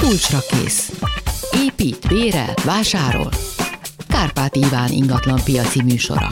Kulcsra kész. Épít, bérel, vásárol. Kárpát Iván ingatlan piaci műsora.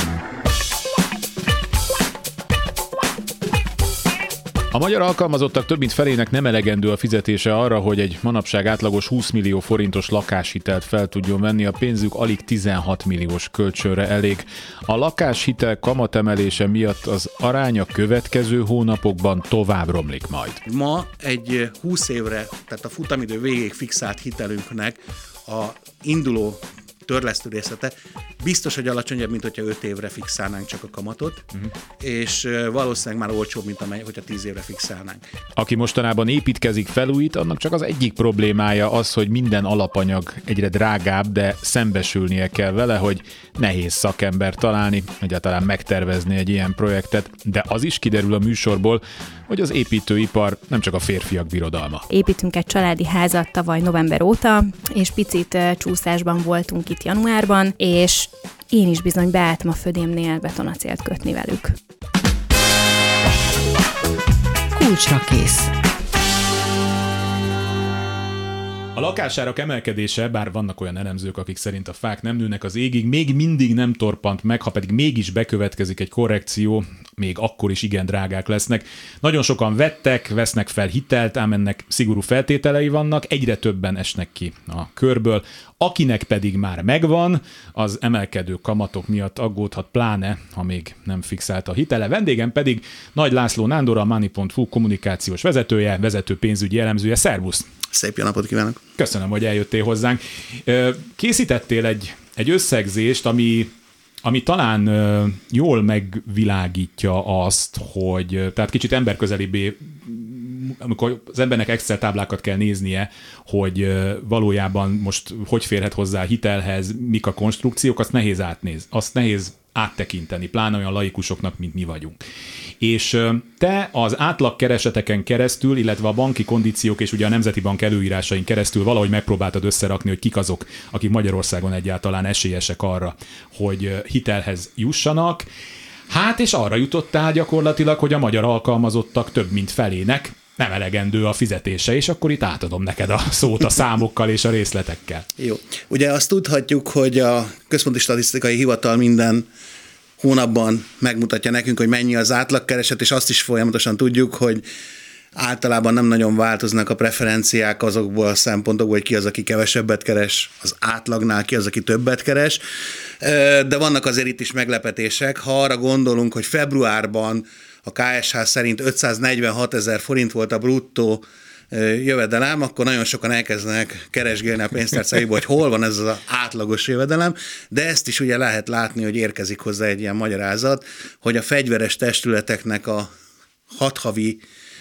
A magyar alkalmazottak több mint felének nem elegendő a fizetése arra, hogy egy manapság átlagos 20 millió forintos lakáshitelt fel tudjon venni, a pénzük alig 16 milliós kölcsönre elég. A lakáshitel kamatemelése miatt az arány a következő hónapokban tovább romlik majd. Ma egy 20 évre, tehát a futamidő végéig fixált hitelünknek a induló törlesztő részlete biztos, hogy alacsonyabb, mint hogyha 5 évre fixálnánk csak a kamatot, és valószínűleg már olcsóbb, mint hogyha 10 évre fixálnánk. Aki mostanában építkezik, felújít, annak csak az egyik problémája az, hogy minden alapanyag egyre drágább, de szembesülnie kell vele, hogy nehéz szakember találni, egyáltalán megtervezni egy ilyen projektet, de az is kiderül a műsorból, hogy az építőipar nem csak a férfiak birodalma. Építünk egy családi házat tavaly november óta, és picit csúszásban voltunk itt januárban, és én is bizony beálltam a födémnél betonacélt kötni velük. Kulcsra kész. A lakásárak emelkedése, bár vannak olyan elemzők, akik szerint a fák nem nőnek az égig, még mindig nem torpant meg, ha pedig mégis bekövetkezik egy korrekció, még akkor is igen drágák lesznek. Nagyon sokan vesznek fel hitelt, ám ennek szigorú feltételei vannak, egyre többen esnek ki a körből. Akinek pedig már megvan, az emelkedő kamatok miatt aggódhat, pláne, ha még nem fixált a hitele. Vendégem pedig Nagy László Nándor, a Money.hu kommunikációs vezetője, vezető pénzügyi elemzője. Szervusz! Szép jó napot kívánok! Köszönöm, hogy eljöttél hozzánk. Készítettél egy összegzést, ami talán jól megvilágítja azt, hogy tehát kicsit emberközelibbé, amikor az embernek Excel táblákat kell néznie, hogy valójában most hogy férhet hozzá a hitelhez, mik a konstrukciók, azt nehéz áttekinteni, pláne olyan laikusoknak, mint mi vagyunk. És te az átlagkereseteken keresztül, illetve a banki kondíciók és ugye a Nemzeti Bank előírásain keresztül valahogy megpróbáltad összerakni, hogy kik azok, akik Magyarországon egyáltalán esélyesek arra, hogy hitelhez jussanak. Hát és arra jutottál gyakorlatilag, hogy a magyar alkalmazottak több mint felének nem elegendő a fizetése, és akkor itt átadom neked a szót a számokkal és a részletekkel. Jó. Ugye azt tudhatjuk, hogy a Központi Statisztikai Hivatal minden hónapban megmutatja nekünk, hogy mennyi az átlagkereset, és azt is folyamatosan tudjuk, hogy általában nem nagyon változnak a preferenciák azokból a szempontokból, hogy ki az, aki kevesebbet keres az átlagnál, ki az, aki többet keres. De vannak azért itt is meglepetések. Ha arra gondolunk, hogy februárban a KSH szerint 546 000 forint volt a bruttó jövedelem, akkor nagyon sokan elkezdenek keresgélni a pénztárcájukból, hogy hol van ez az átlagos jövedelem, de ezt is ugye lehet látni, hogy érkezik hozzá egy ilyen magyarázat, hogy a fegyveres testületeknek a 6 havi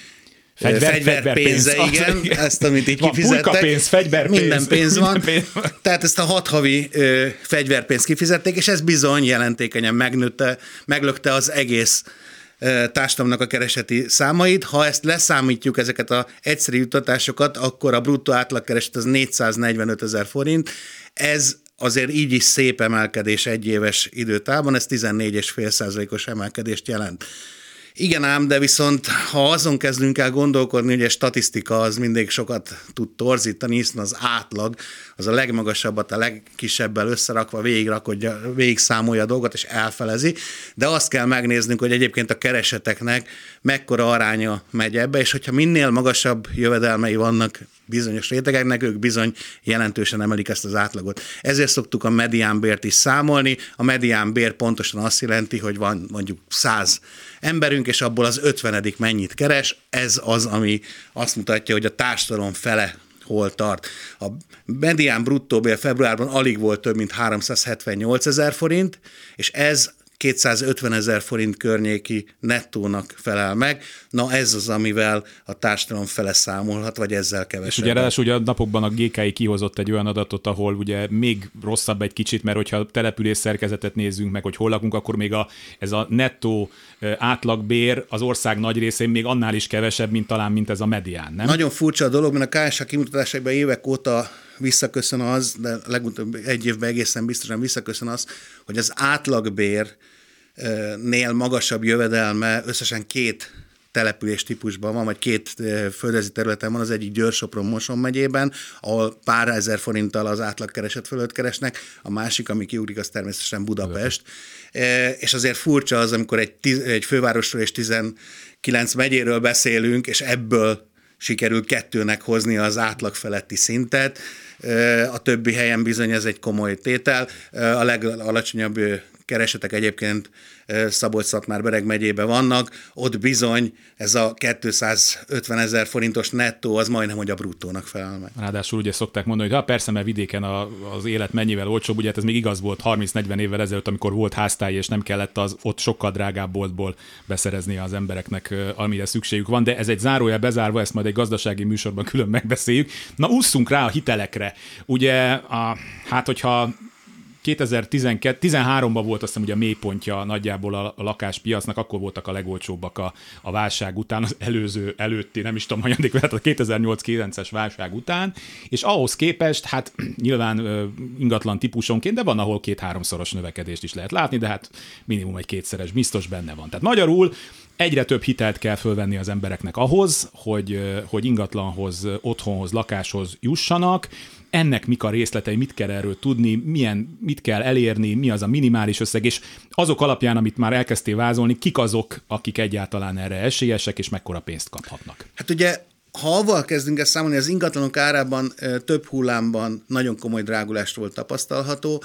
fegyverpénze, igen, ezt, amit így kifizettek. Pulkapénz, fegyverpénz. Minden pénz van. Tehát ezt a 6 havi fegyverpénzt kifizették, és ez bizony jelentékenyen meglökte az egész társadalomnak a kereseti számait. Ha ezt leszámítjuk, ezeket az egyszerű juttatásokat, akkor a bruttó átlagkereset az 445 000 forint. Ez azért így is szép emelkedés egyéves időtávon, ez 14,5%-os emelkedést jelent. Igen ám, de viszont ha azon kezdünk el gondolkodni, hogy a statisztika az mindig sokat tud torzítani, hiszen az átlag az a legmagasabbat a legkisebbel összerakva végig számolja a dolgot és elfelezi, de azt kell megnéznünk, hogy egyébként a kereseteknek mekkora aránya megy ebbe, és hogyha minél magasabb jövedelmei vannak bizonyos rétegeknek, ők bizony jelentősen emelik ezt az átlagot. Ezért szoktuk a mediánbért is számolni. A mediánbér pontosan azt jelenti, hogy van mondjuk 100 emberünk, és abból az 50. mennyit keres. Ez az, ami azt mutatja, hogy a társadalom fele hol tart. A medián bruttóbér februárban alig volt több, mint 378 000 forint, és ez 250 000 forint környéki nettónak felel meg. Na ez az, amivel a társadalom fele számolhat, vagy ezzel kevesebb. És ugye ráadásul ugye a napokban a GKI kihozott egy olyan adatot, ahol ugye még rosszabb egy kicsit, mert hogyha a település szerkezetet nézzünk meg, hogy hol lakunk, akkor még ez a nettó átlagbér az ország nagy részén még annál is kevesebb, mint ez a medián, nem? Nagyon furcsa a dolog, mert a KSH kimutatásaiban évek óta visszaköszön az, de legutóbb egy évben egészen biztosan visszaköszön az, hogy az átlagbérnél magasabb jövedelme összesen 2 település típusban van, vagy 2 földrajzi területen van, az egyik Győr-Sopron-Moson megyében, ahol pár ezer forinttal az átlagkereset fölött keresnek, a másik, ami kiugrik, az természetesen Budapest. És azért furcsa az, amikor egy fővárosról és 19 megyéről beszélünk, és ebből sikerül 2-nek hozni az átlag feletti szintet. A többi helyen bizony ez egy komoly tétel. A legalacsonyabb keresetek egyébként Szabolcs-Szatmár-Bereg megyében vannak, ott bizony ez a 250 000 forintos nettó az majdnem, hogy a bruttónak felel meg. Ráadásul ugye szokták mondani, hogy persze, mert vidéken az élet mennyivel olcsóbb, ugye ez még igaz volt 30-40 évvel ezelőtt, amikor volt háztály, és nem kellett az ott sokkal drágább boltból beszerezni az embereknek, amire szükségük van, de ez egy zárójel bezárva, ezt majd egy gazdasági műsorban külön megbeszéljük. Na, ússzunk rá a hitelekre. Ugye, hogyha 2013-ban volt azt hiszem ugye a mélypontja nagyjából a lakáspiacnak, akkor voltak a legolcsóbbak a válság után, az előtti, nem is tudom, hanyadik, tehát a 2008-9-es válság után, és ahhoz képest, hát nyilván ingatlan típusonként, de van, ahol 2-3-szoros növekedést is lehet látni, de hát minimum egy 2-szeres biztos benne van. Tehát magyarul egyre több hitelt kell fölvenni az embereknek ahhoz, hogy ingatlanhoz, otthonhoz, lakáshoz jussanak. Ennek mik a részletei, mit kell erről tudni, mit kell elérni, mi az a minimális összeg, és azok alapján, amit már elkezdtél vázolni, kik azok, akik egyáltalán erre esélyesek, és mekkora pénzt kaphatnak? Hát ugye, ha avval kezdünk ezt számolni, az ingatlanok árában több hullámban nagyon komoly drágulást volt tapasztalható.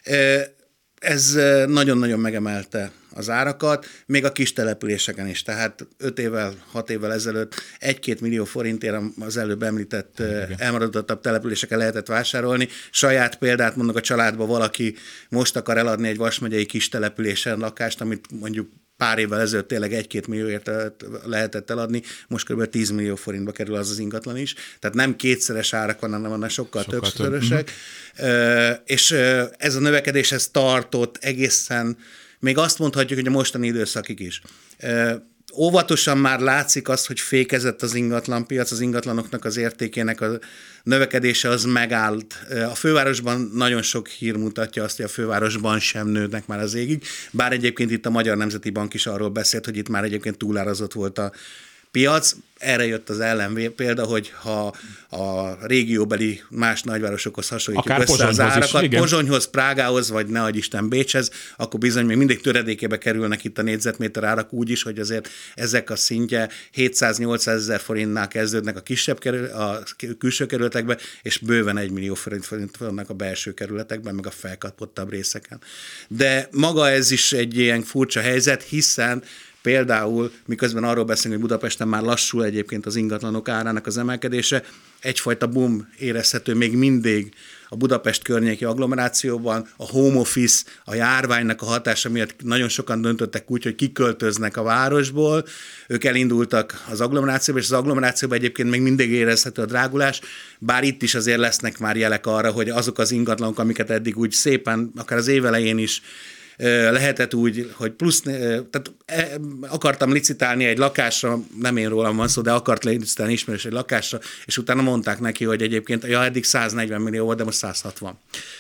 Ez nagyon-nagyon megemelte az árakat, még a kis településeken is. Tehát 6 évvel ezelőtt 1-2 millió forintért az előbb említett elmaradottabb településeken lehetett vásárolni. Saját példát mondok, a családba valaki most akar eladni egy Vas megyei kis településen lakást, amit mondjuk pár évvel ezelőtt tényleg 1-2 millióért lehetett eladni, most kb. 10 millió forintba kerül az ingatlan is. Tehát nem 2-szeres árak vannak, hanem sokkal többszörösek. És ez a növekedés ez tartott egészen, még azt mondhatjuk, hogy a mostani időszakig is. Óvatosan már látszik az, hogy fékezett az ingatlanpiac, az ingatlanoknak az értékének a növekedése az megállt. A fővárosban nagyon sok hír mutatja azt, hogy a fővárosban sem nőnek már az égig, bár egyébként itt a Magyar Nemzeti Bank is arról beszélt, hogy itt már egyébként túlárazott volt a piac. Erre jött az példa, hogy ha a régióbeli más nagyvárosokhoz hasonlítjuk akár össze az árakat, is, Pozsonyhoz, Prágához, vagy ne adj Isten Bécshez, akkor bizony még mindig töredékébe kerülnek itt a négyzetméter árak úgy is, hogy azért ezek a szintje 700-800 000 forintnál kezdődnek a külső kerületekben, és bőven 1 millió forint vannak a belső kerületekben, meg a felkapottabb részeken. De maga ez is egy ilyen furcsa helyzet, hiszen például, miközben arról beszélünk, hogy Budapesten már lassul egyébként az ingatlanok árának az emelkedése, egyfajta boom érezhető még mindig a Budapest környéki agglomerációban, a home office, a járványnak a hatása miatt nagyon sokan döntöttek úgy, hogy kiköltöznek a városból, ők elindultak az agglomerációba, és az agglomerációban egyébként még mindig érezhető a drágulás, bár itt is azért lesznek már jelek arra, hogy azok az ingatlanok, amiket eddig úgy szépen, akár az év elején is lehetett úgy, hogy plusz, tehát akartam licitálni egy lakásra, nem én rólam van szó, de akart licitálni ismerős egy lakásra, és utána mondták neki, hogy egyébként eddig 140 millió volt, de most 160.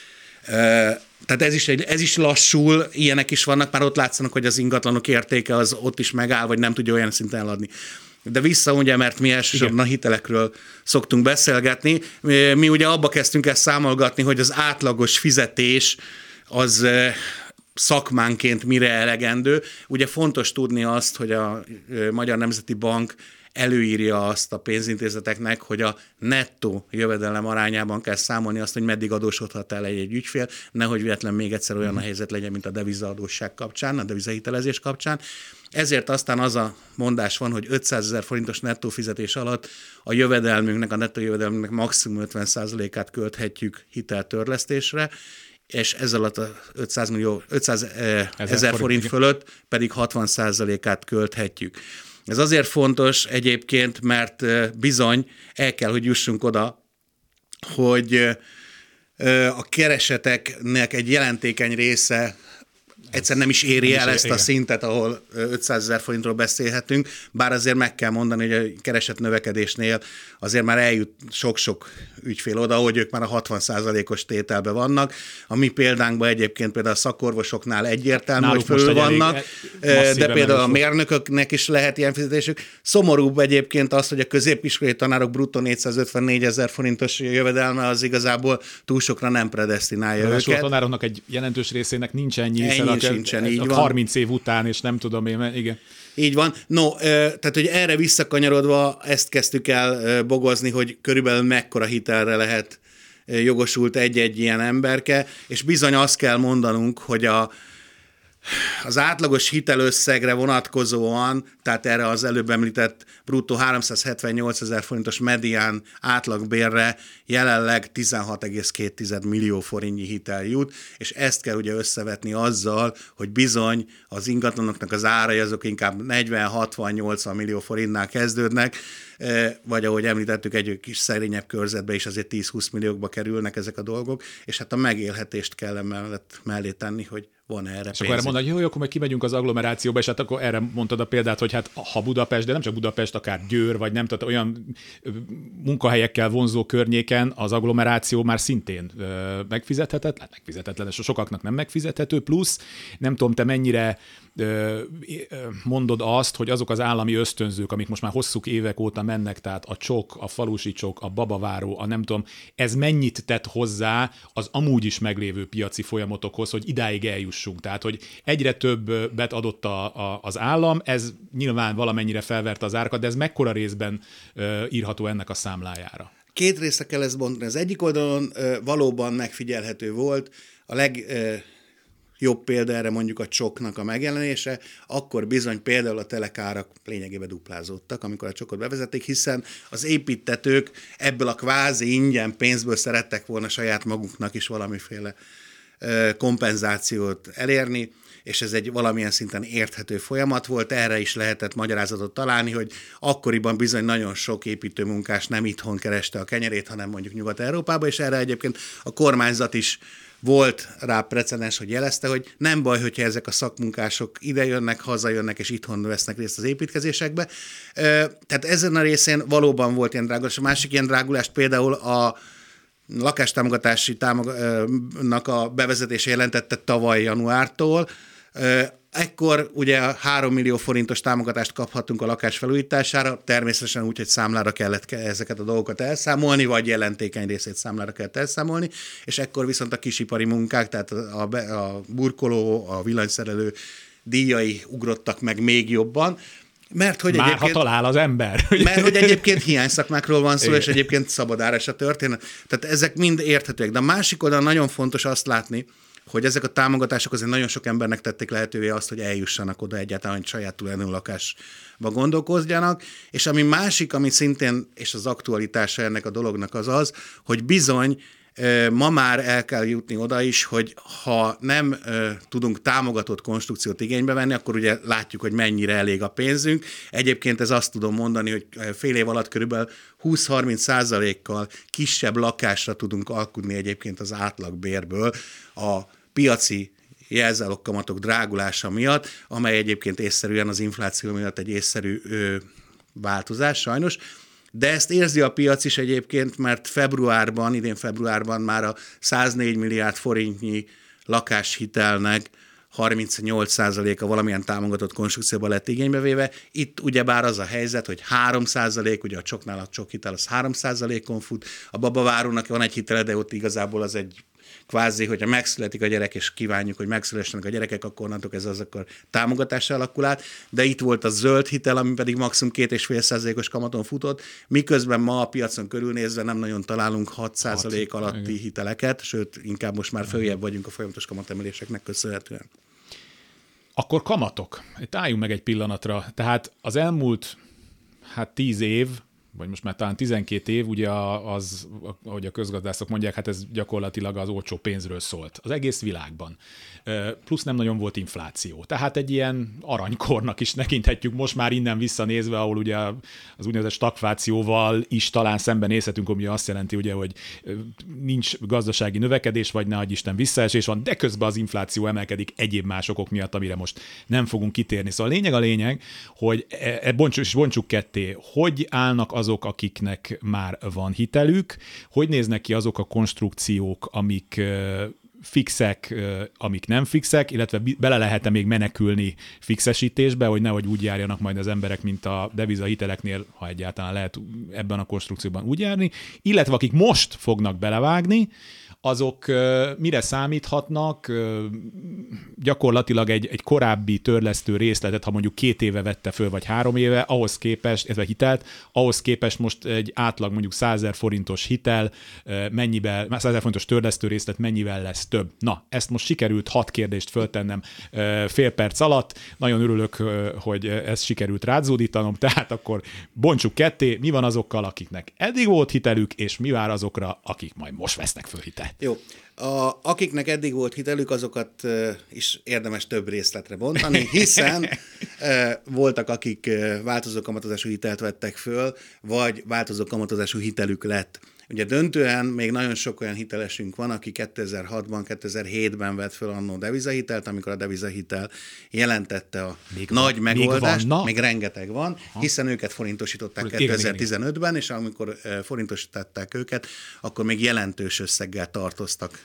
Tehát ez is lassul, ilyenek is vannak, már ott látszanak, hogy az ingatlanok értéke az ott is megáll, vagy nem tudja olyan szinten eladni. De vissza ugye, mert mi elsősorban a hitelekről szoktunk beszélgetni, mi ugye abba kezdtünk ezt számolgatni, hogy az átlagos fizetés az szakmánként mire elegendő. Ugye fontos tudni azt, hogy a Magyar Nemzeti Bank előírja azt a pénzintézeteknek, hogy a nettó jövedelem arányában kell számolni azt, hogy meddig adósodhat el egy ügyfél, nehogy véletlen még egyszer olyan a helyzet legyen, mint a devizaadósság kapcsán, a devizahitelezés kapcsán. Ezért aztán az a mondás van, hogy 500 000 forintos nettó fizetés alatt a jövedelmünknek, a nettó jövedelmünknek maximum 50%-át költhetjük hiteltörlesztésre, és ez alatt a 500 000 forint fölött pedig 60%-át költhetjük. Ez azért fontos egyébként, mert bizony el kell, hogy jussunk oda, hogy a kereseteknek egy jelentékeny része egyszer nem is éri el ezt a szintet, ahol 500 000 forintról beszélhetünk, bár azért meg kell mondani, hogy a keresett növekedésnél azért már eljut sok-sok ügyfél oda, hogy ők már a 60%-os tételben vannak. A mi példánkban egyébként például a szakorvosoknál egyértelmű, hogy fölül vannak, de például a mérnököknek is lehet ilyen fizetésük. Szomorúbb egyébként az, hogy a középiskolai tanárok bruttó 454 000 forintos jövedelme az igazából túl sokra nem predesztinálja őket. A tanároknak egy jelentős részének nincs ennyi sincsen, így van. 30 év után, és nem tudom én, igen. Így van. No, tehát, hogy erre visszakanyarodva ezt kezdtük el bogozni, hogy körülbelül mekkora hitelre lehet jogosult egy-egy ilyen emberke, és bizony azt kell mondanunk, hogy az átlagos hitelösszegre vonatkozóan, tehát erre az előbb említett bruttó 378 000 forintos medián átlagbérre jelenleg 16,2 millió forintnyi hitel jut, és ezt kell ugye összevetni azzal, hogy bizony az ingatlanoknak az árai azok inkább 40-60-80 millió forintnál kezdődnek, vagy ahogy említettük, egy kis szerényebb körzetbe is azért 10-20 milliókba kerülnek ezek a dolgok, és hát a megélhetést kell mellé tenni, hogy van erre pénzünk. És akkor erre mondod, hogy jó, akkor majd kimegyünk az agglomerációba, és hát akkor erre mondtad a példát, hogy hát ha Budapest, de nem csak Budapest, akár Győr, vagy nem tudom, olyan munkahelyekkel vonzó környéken az agglomeráció már szintén megfizethetetlen, és sokaknak nem megfizethető, plusz nem tudom, te mennyire mondod azt, hogy azok az állami ösztönzők, amik most már hosszú évek óta mennek, tehát a csok, a falusi csok, a babaváró, a nem tudom, ez mennyit tett hozzá az amúgy is meglévő piaci folyamatokhoz, hogy idáig eljussunk. Tehát, hogy egyre többet adott az állam, ez nyilván valamennyire felverte az árakat, de ez mekkora részben írható ennek a számlájára? Két részre kell ezt bontani. Az egyik oldalon valóban megfigyelhető volt, a legjobb példa erre mondjuk a csoknak a megjelenése, akkor bizony például a telekárak lényegében duplázódtak, amikor a csokot bevezették, hiszen az építtetők ebből a kvázi ingyen pénzből szerettek volna saját maguknak is valamiféle kompenzációt elérni, és ez egy valamilyen szinten érthető folyamat volt, erre is lehetett magyarázatot találni, hogy akkoriban bizony nagyon sok építőmunkás nem itthon kereste a kenyerét, hanem mondjuk Nyugat-Európában, és erre egyébként a kormányzat is volt rá precedens, hogy jelezte, hogy nem baj, hogyha ezek a szakmunkások idejönnek, hazajönnek, és itthon vesznek részt az építkezésekbe. Tehát ezen a részén valóban volt ilyen drágulás. A másik ilyen drágulást például a lakástámogatási támogatásnak a bevezetése jelentette tavaly januártól. Ekkor ugye 3 millió forintos támogatást kaphattunk a lakás felújítására, természetesen úgy, hogy számlára kellett ezeket a dolgokat elszámolni, vagy jelentékeny részét számlára kellett elszámolni, és ekkor viszont a kisipari munkák, tehát a burkoló, a villanyszerelő díjai ugrottak meg még jobban. Mert hogy már ha talál az ember. Mert hogy egyébként hiányszakmákról van szó, igen. És egyébként szabadáras a történet. Tehát ezek mind érthetőek. De a másik oldalon nagyon fontos azt látni, hogy ezek a támogatások azért nagyon sok embernek tették lehetővé azt, hogy eljussanak oda egyáltalán, hogy saját tulajdonú lakásba gondolkozjanak, és ami másik, ami szintén, és az aktualitása ennek a dolognak az, hogy bizony ma már el kell jutni oda is, hogy ha nem tudunk támogatott konstrukciót igénybe venni, akkor ugye látjuk, hogy mennyire elég a pénzünk. Egyébként ez azt tudom mondani, hogy fél év alatt körülbelül 20-30%-kal kisebb lakásra tudunk alkudni egyébként az átlagbérből a piaci jelzálokkamatok drágulása miatt, amely egyébként észszerűen az infláció miatt egy észszerű változás sajnos. De ezt érzi a piac is egyébként, mert idén februárban már a 104 milliárd forintnyi lakáshitelnek 38%-a valamilyen támogatott konstrukcióban lett igénybe véve. Itt ugyebár az a helyzet, hogy 3%, ugye a csoknál a csokhitel az 3%-on fut, a babavárónak van egy hitele, de ott igazából az egy kvázi, hogyha megszületik a gyerek, és kívánjuk, hogy megszülessenek a gyerekek, akkor onnantól ez az akkor támogatásra alakul át, de itt volt a zöld hitel, ami pedig maximum 2,5%-os kamaton futott, miközben ma a piacon körülnézve nem nagyon találunk 6% alatti hiteleket, sőt, inkább most már följebb vagyunk a folyamatos kamatemeléseknek köszönhetően. Akkor kamatok. Itt álljunk meg egy pillanatra. Tehát az elmúlt 10 év, vagy most már talán 12 év, ugye az, ahogy a közgazdászok mondják, hát ez gyakorlatilag az olcsó pénzről szólt. Az egész világban. Plusz nem nagyon volt infláció. Tehát egy ilyen aranykornak is tekinthetjük most már innen visszanézve, ahol ugye az úgynevezett stagflációval is talán szembenézhetünk, ami azt jelenti, ugye, hogy nincs gazdasági növekedés, vagy ne adj Isten visszaesés van, de közben az infláció emelkedik egyéb más okok miatt, amire most nem fogunk kitérni. Szóval a lényeg, hogy bontsuk ketté, hogy állnak azok, akiknek már van hitelük, hogy néznek ki azok a konstrukciók, amik fixek, amik nem fixek, illetve bele lehet-e még menekülni fixesítésbe, hogy nehogy úgy járjanak majd az emberek, mint a devizahiteleknél, ha egyáltalán lehet ebben a konstrukcióban úgy járni, illetve akik most fognak belevágni, azok mire számíthatnak, gyakorlatilag egy korábbi törlesztő részletet, ha mondjuk 2 éve vette föl, vagy 3 éve, ahhoz képest, ez a hitelt, ahhoz képest most egy átlag mondjuk 100 000 forintos hitel, 100 000 forintos törlesztő részlet mennyivel lesz több. Na, ezt most sikerült 6 kérdést föltennem fél perc alatt, nagyon örülök, hogy ezt sikerült rázódítanom, tehát akkor bontsuk ketté, mi van azokkal, akiknek eddig volt hitelük, és mi vár azokra, akik majd most vesznek föl hitelt. Jó. Akiknek eddig volt hitelük, azokat is érdemes több részletre bontani, hiszen voltak, akik változó kamatozású hitelt vettek föl, vagy változó kamatozású hitelük lett. Ugye döntően még nagyon sok olyan hitelesünk van, aki 2006-ban, 2007-ben vett föl annó devizahitelt, amikor a devizahitel jelentette a nagy megoldást. Még rengeteg van, hiszen őket forintosították 2015-ben, és amikor forintosították őket, akkor még jelentős összeggel tartoztak.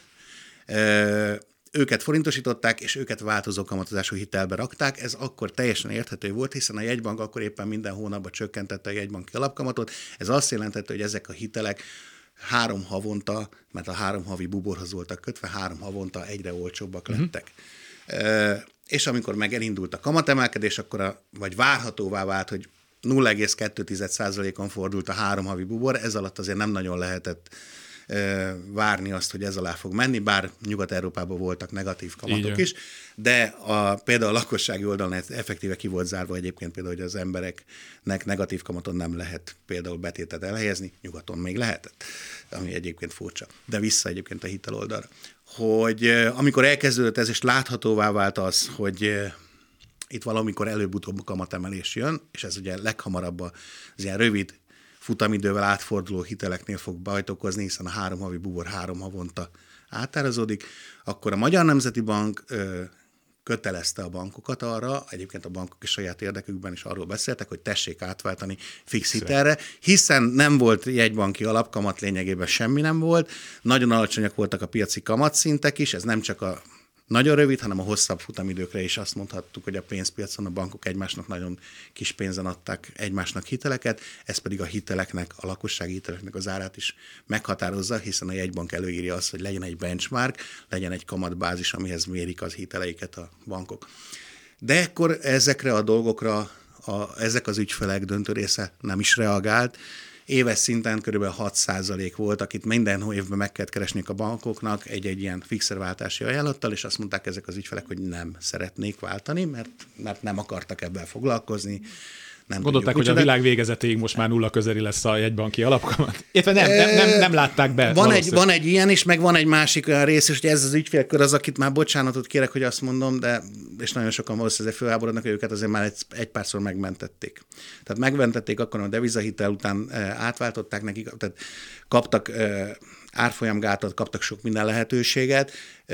Őket forintosították, és őket változó kamatozású hitelbe rakták. Ez akkor teljesen érthető volt, hiszen a jegybank akkor éppen minden hónapban csökkentette a jegybanki alapkamatot. Ez azt jelentette, hogy ezek a hitelek 3 havonta, mert a 3 havi buborhoz voltak kötve, 3 havonta egyre olcsóbbak lettek. És amikor meg elindult a kamatemelkedés, akkor vagy várhatóvá vált, hogy 0,2%-on fordult a 3 havi bubor, ez alatt azért nem nagyon lehetett várni azt, hogy ez alá fog menni, bár Nyugat-Európában voltak negatív kamatok is, de például a lakossági oldalon effektíve ki volt zárva egyébként például, hogy az embereknek negatív kamaton nem lehet például betétet elhelyezni, nyugaton még lehetett, ami egyébként furcsa. De vissza egyébként a hitel oldalra. Hogy amikor elkezdődött ez, és láthatóvá vált az, hogy itt valamikor előbb-utóbb kamatemelés jön, és ez ugye leghamarabb az ilyen rövid futamidővel átforduló hiteleknél fog bajt okozni, hiszen a 3 havi bubor 3 havonta átárazódik, akkor a Magyar Nemzeti Bank kötelezte a bankokat arra, egyébként a bankok is saját érdekükben is arról beszéltek, hogy tessék átváltani fix hitelre, hiszen nem volt jegybanki alapkamat, lényegében semmi nem volt, nagyon alacsonyak voltak a piaci kamatszintek is, ez nem csak a nagyon rövid, hanem a hosszabb futamidőkre is azt mondhattuk, hogy a pénzpiacon a bankok egymásnak nagyon kis pénzen adták egymásnak hiteleket, ez pedig a hiteleknek, a lakossági hiteleknek az árát is meghatározza, hiszen a jegybank előírja azt, hogy legyen egy benchmark, legyen egy kamatbázis, amihez mérik az hiteleiket a bankok. De ekkor ezekre a dolgokra ezek az ügyfelek döntő része nem is reagált. Éves szinten kb. 6% volt, akit minden évben meg kellett keresniük a bankoknak egy ilyen fixerváltási ajánlattal, és azt mondták ezek az ügyfelek, hogy nem szeretnék váltani, mert nem akartak ebben foglalkozni. Gondolták, hogy a világ végezetéig most már nulla közeli lesz a jegybanki alapkamat. Értve nem látták be. Van egy ilyen is, meg van egy másik olyan rész is, hogy ez az ügyfélkör az, akit már bocsánatot kérek, hogy azt mondom, de és nagyon sokan valószínűleg fölháborodnak, hogy őket azért már egy párszor megmentették. Tehát megmentették akkor, a devizahitel után átváltották nekik, tehát kaptak árfolyamgátat, kaptak sok minden lehetőséget,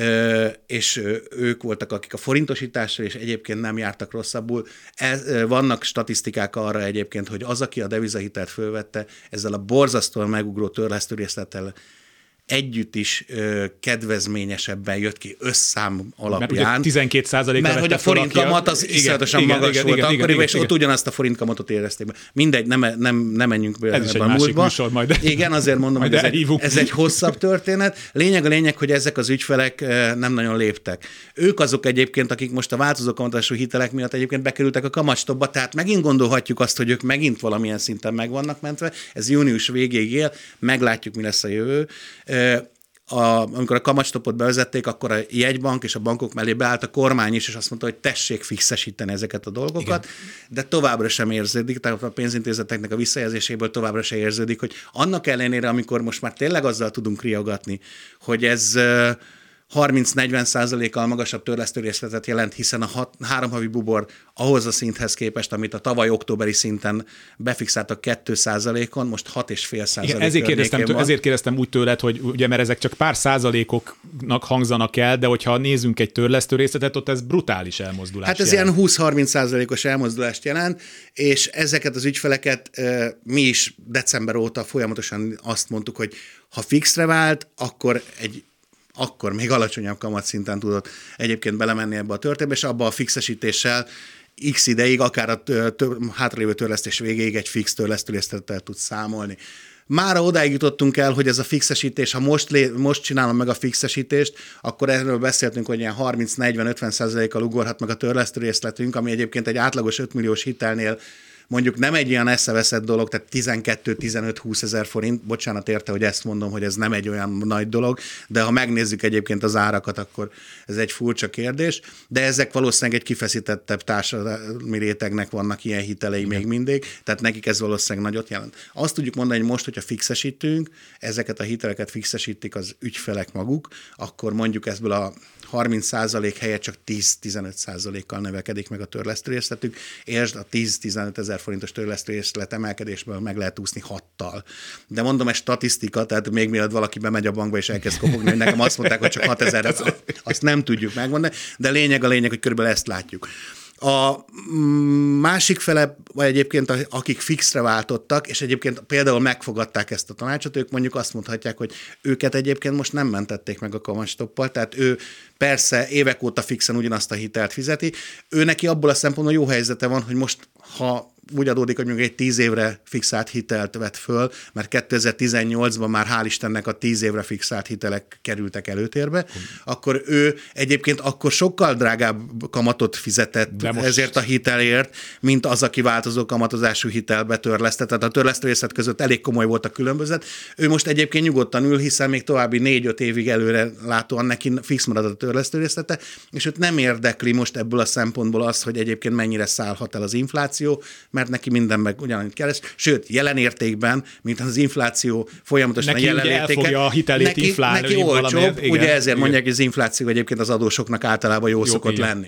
és ők voltak, akik a forintosítással és egyébként nem jártak rosszabbul. Vannak statisztikák arra egyébként, hogy az, aki a devizahitelt fölvette, ezzel a borzasztóan megugró törlesztőrészlettel együtt is kedvezményesebben jött ki összám alapján. Mert 12%-ra mert hogy a forint kamat az iszonyatosan magas volt akkoriban, és ott ugyanazt a forint kamatot érezték be. Mindegy, nem menjünk be ebben a múltba. Igen, azért mondom, hogy ez egy hosszabb történet. Lényeg, hogy ezek az ügyfelek nem nagyon léptek. Ők azok egyébként, akik most a változó kamatású hitelek miatt egyébként bekerültek a kamatstopba, tehát megint gondolhatjuk azt, hogy ők megint valamilyen szinten meg vannak mentve. Ez június végéig él, meglátjuk, mi lesz a jövő. amikor a kamatstopot bevezették, akkor a jegybank és a bankok mellé beállt a kormány is, és azt mondta, hogy tessék fixesíteni ezeket a dolgokat, igen. De továbbra sem érződik, tehát a pénzintézeteknek a visszajelzéséből továbbra sem érződik, hogy annak ellenére, amikor most már tényleg azzal tudunk riogatni, hogy ez 30-40%-kal magasabb törlesztőrészletet jelent, hiszen a 3 havi bubor ahhoz a szinthez képest, amit a tavaly októberi szinten befixáltak 2%-on, most 6,5% ezért kérdeztem úgy tőled, hogy ugye, mert ezek csak pár százalékoknak hangzanak el, de hogyha nézzünk egy törlesztőrészletet, ott ez brutális elmozdulás. Hát ez jelent. Ilyen 20-30%-os elmozdulást jelent, és ezeket az ügyfeleket mi is december óta folyamatosan azt mondtuk, hogy ha fixre vált, akkor még alacsonyabb kamatszinten tudott egyébként belemenni ebbe a történetbe, és abba a fixesítéssel x ideig, akár a hátralévő törlesztés végéig egy fix törlesztőrészlettel tud számolni. Mára odáig jutottunk el, hogy ez a fixesítés, ha most csinálom meg a fixesítést, akkor erről beszéltünk, hogy ilyen 30-40-50%-kal ugorhat meg a törlesztőrészletünk, ami egyébként egy átlagos 5 milliós hitelnél mondjuk nem egy ilyen eszeveszett dolog, tehát 12-15-20 ezer forint, bocsánat érte, hogy ezt mondom, hogy ez nem egy olyan nagy dolog, de ha megnézzük egyébként az árakat, akkor ez egy furcsa kérdés, de ezek valószínűleg egy kifeszítettebb társadalmi rétegnek vannak ilyen hitelei még mindig, tehát nekik ez valószínűleg nagyot jelent. Azt tudjuk mondani, hogy most, hogyha fixesítünk, ezeket a hiteleket fixesítik az ügyfelek maguk, akkor mondjuk ebből a 30% helyett csak 10-15%-kal növekedik meg a törlesztőrészletük, és a 10-15 ezer forintos törlesztőrészlet emelkedésből meg lehet úszni 6-tal. De mondom, ez statisztika, tehát még mielőtt valaki bemegy a bankba és elkezd kopogni, hogy nekem azt mondták, hogy csak 6 000, azt nem tudjuk megmondani, de a lényeg, hogy körülbelül ezt látjuk. A másik fele, vagy egyébként akik fixre váltottak, és egyébként például megfogadták ezt a tanácsot, ők mondjuk azt mondhatják, hogy őket egyébként most nem mentették meg a kamatstoppal, tehát ő persze évek óta fixen ugyanazt a hitelt fizeti, ő neki abból a szempontból jó helyzete van, hogy most, ha úgy adódik, hogy mondjuk egy 10 évre fixált hitelt vett föl, mert 2018-ban már hál' Istennek a 10 évre fixált hitelek kerültek előtérbe, akkor ő egyébként akkor sokkal drágább kamatot fizetett ezért a hitelért, mint az, aki változó kamatozású hitelbe törlesztett. Tehát a törlesztőrészlet között elég komoly volt a különbözet. Ő most egyébként nyugodtan ül, hiszen még további 4-5 évig előre látóan neki fix marad a törlesztőrészlete, és őt nem érdekli most ebből a szempontból az, hogy egyébként mennyire szállhat el az infláció, mert neki minden meg ugyanannyit keres. Sőt, jelen értékben, mint az infláció folyamatosan neki jelen értéke. A hitelét inflálni. Neki olcsóbb, ugye ezért mondják, hogy az infláció egyébként az adósoknak általában jó szokott lenni.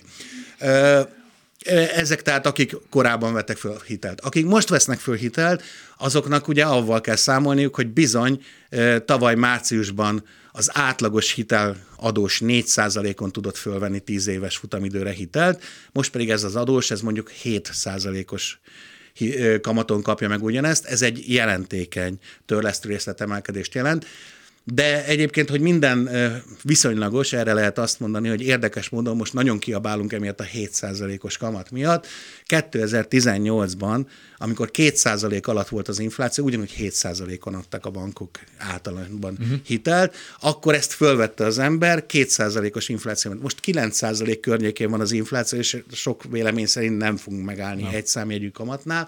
Ezek tehát, akik korábban vettek föl hitelt. Akik most vesznek föl hitelt, azoknak ugye avval kell számolniuk, hogy bizony tavaly márciusban az átlagos hiteladós 4%-on tudott fölvenni 10 éves futamidőre hitelt, most pedig ez az adós, ez mondjuk 7%-os kamaton kapja meg ugyanezt, ez egy jelentékeny törlesztőrészletemelkedést jelent. De egyébként, hogy minden viszonylagos, erre lehet azt mondani, hogy érdekes módon most nagyon kiabálunk emiatt a 7%-os kamat miatt. 2018-ban, amikor 2% alatt volt az infláció, ugyanúgy 7%-on adtak a bankok általában hitelt, akkor ezt fölvette az ember, 2%-os infláció. Most 9% környékén van az infláció, és sok vélemény szerint nem fogunk megállni egy számjegyű kamatnál.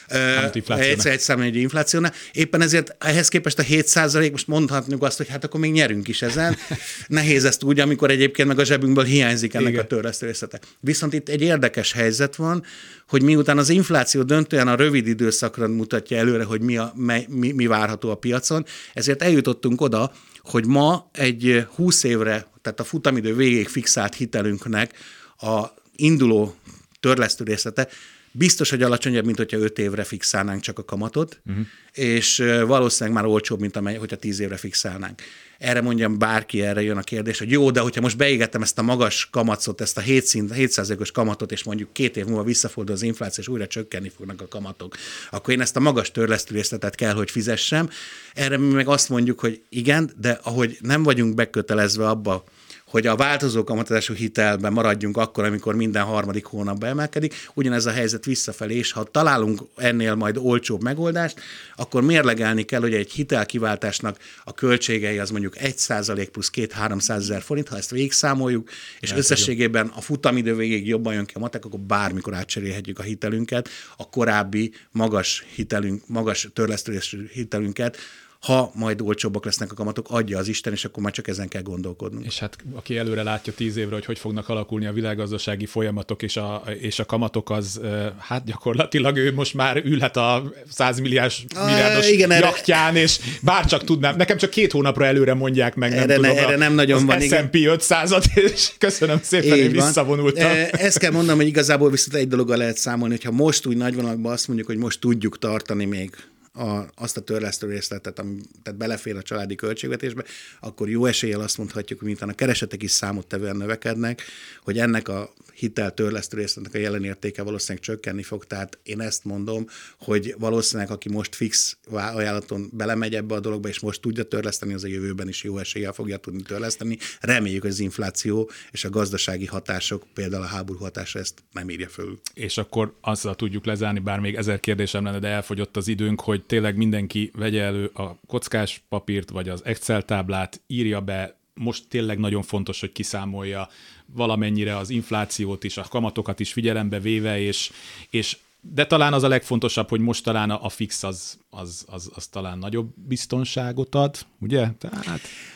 Egy számjegyű inflációnál. Éppen ezért ehhez képest a 7%, most mondhatjuk azt, hogy hát akkor még nyerünk is ezen. Nehéz ezt úgy, amikor egyébként meg a zsebünkből hiányzik ennek a törlesztőrészlete. Viszont itt egy érdekes helyzet van, hogy miután az infláció döntően a rövid időszakra mutatja előre, hogy mi várható a piacon, ezért eljutottunk oda, hogy ma egy 20 évre, tehát a futamidő végéig fixált hitelünknek a induló törlesztőrészlete biztos, hogy alacsonyabb, mint hogyha 5 évre fixálnánk csak a kamatot, és valószínűleg már olcsóbb, mint hogyha 10 évre fixálnánk. Erre mondjam, bárki erre jön a kérdés, hogy jó, de hogyha most beégettem ezt a magas kamatot, ezt a 7%-os kamatot, és mondjuk 2 év múlva visszafordul az infláció, és újra csökkenni fognak a kamatok, akkor én ezt a magas törlesztőrészletet kell, hogy fizessem. Erre mi meg azt mondjuk, hogy igen, de ahogy nem vagyunk bekötelezve abba, hogy a változó kamatozású hitelben maradjunk akkor, amikor minden harmadik hónapban emelkedik, ugyanez a helyzet visszafelé, és ha találunk ennél majd olcsóbb megoldást, akkor mérlegelni kell, hogy egy hitelkiváltásnak a költségei az mondjuk 1% plusz 200-300 ezer forint, ha ezt végigszámoljuk, és összességében a futamidő végéig jobban jön ki a matek, akkor bármikor átcserélhetjük a hitelünket, a korábbi magas törlesztős hitelünket, ha majd olcsóbbak lesznek a kamatok, adja az Isten, és akkor már csak ezen kell gondolkodnunk. És hát aki előre látja 10 évre, hogy fognak alakulni a világgazdasági folyamatok és a kamatok, az hát gyakorlatilag ő most már ülhet a 100 milliárdos jachtján, és bárcsak tudnám, nekem csak 2 hónapra előre mondják meg, erre nem nagyon van. Az S&P 500-at, és köszönöm szépen, én visszavonultam. Ezt kell mondanom, hogy igazából viszont egy dologgal lehet számolni, hogyha most úgy nagyvonalakban azt mondjuk, hogy most tudjuk tartani még azt a törlesztő részletet, ami tehát belefér a családi költségvetésbe, akkor jó eséllyel azt mondhatjuk, hogy miután a keresetek is számottevően növekednek, hogy ennek a hitel törlesztő részletnek a jelenértéke valószínűleg csökkenni fog. Tehát én ezt mondom, hogy valószínűleg aki most fix ajánlaton belemegy ebbe a dologba, és most tudja törleszteni, az a jövőben is jó eséllyel fogja tudni törleszteni. Reméljük, hogy az infláció és a gazdasági hatások, például a háború hatása ezt nem írja föl. És akkor azzal tudjuk lezárni, bár még 1000 kérdésem lenne, de elfogyott az időnk, hogy tényleg mindenki vegye elő a kockás papírt, vagy az Excel táblát, írja be. Most tényleg nagyon fontos, hogy kiszámolja valamennyire az inflációt is, a kamatokat is figyelembe véve, de talán az a legfontosabb, hogy most talán a fix az talán nagyobb biztonságot ad, ugye? Tehát...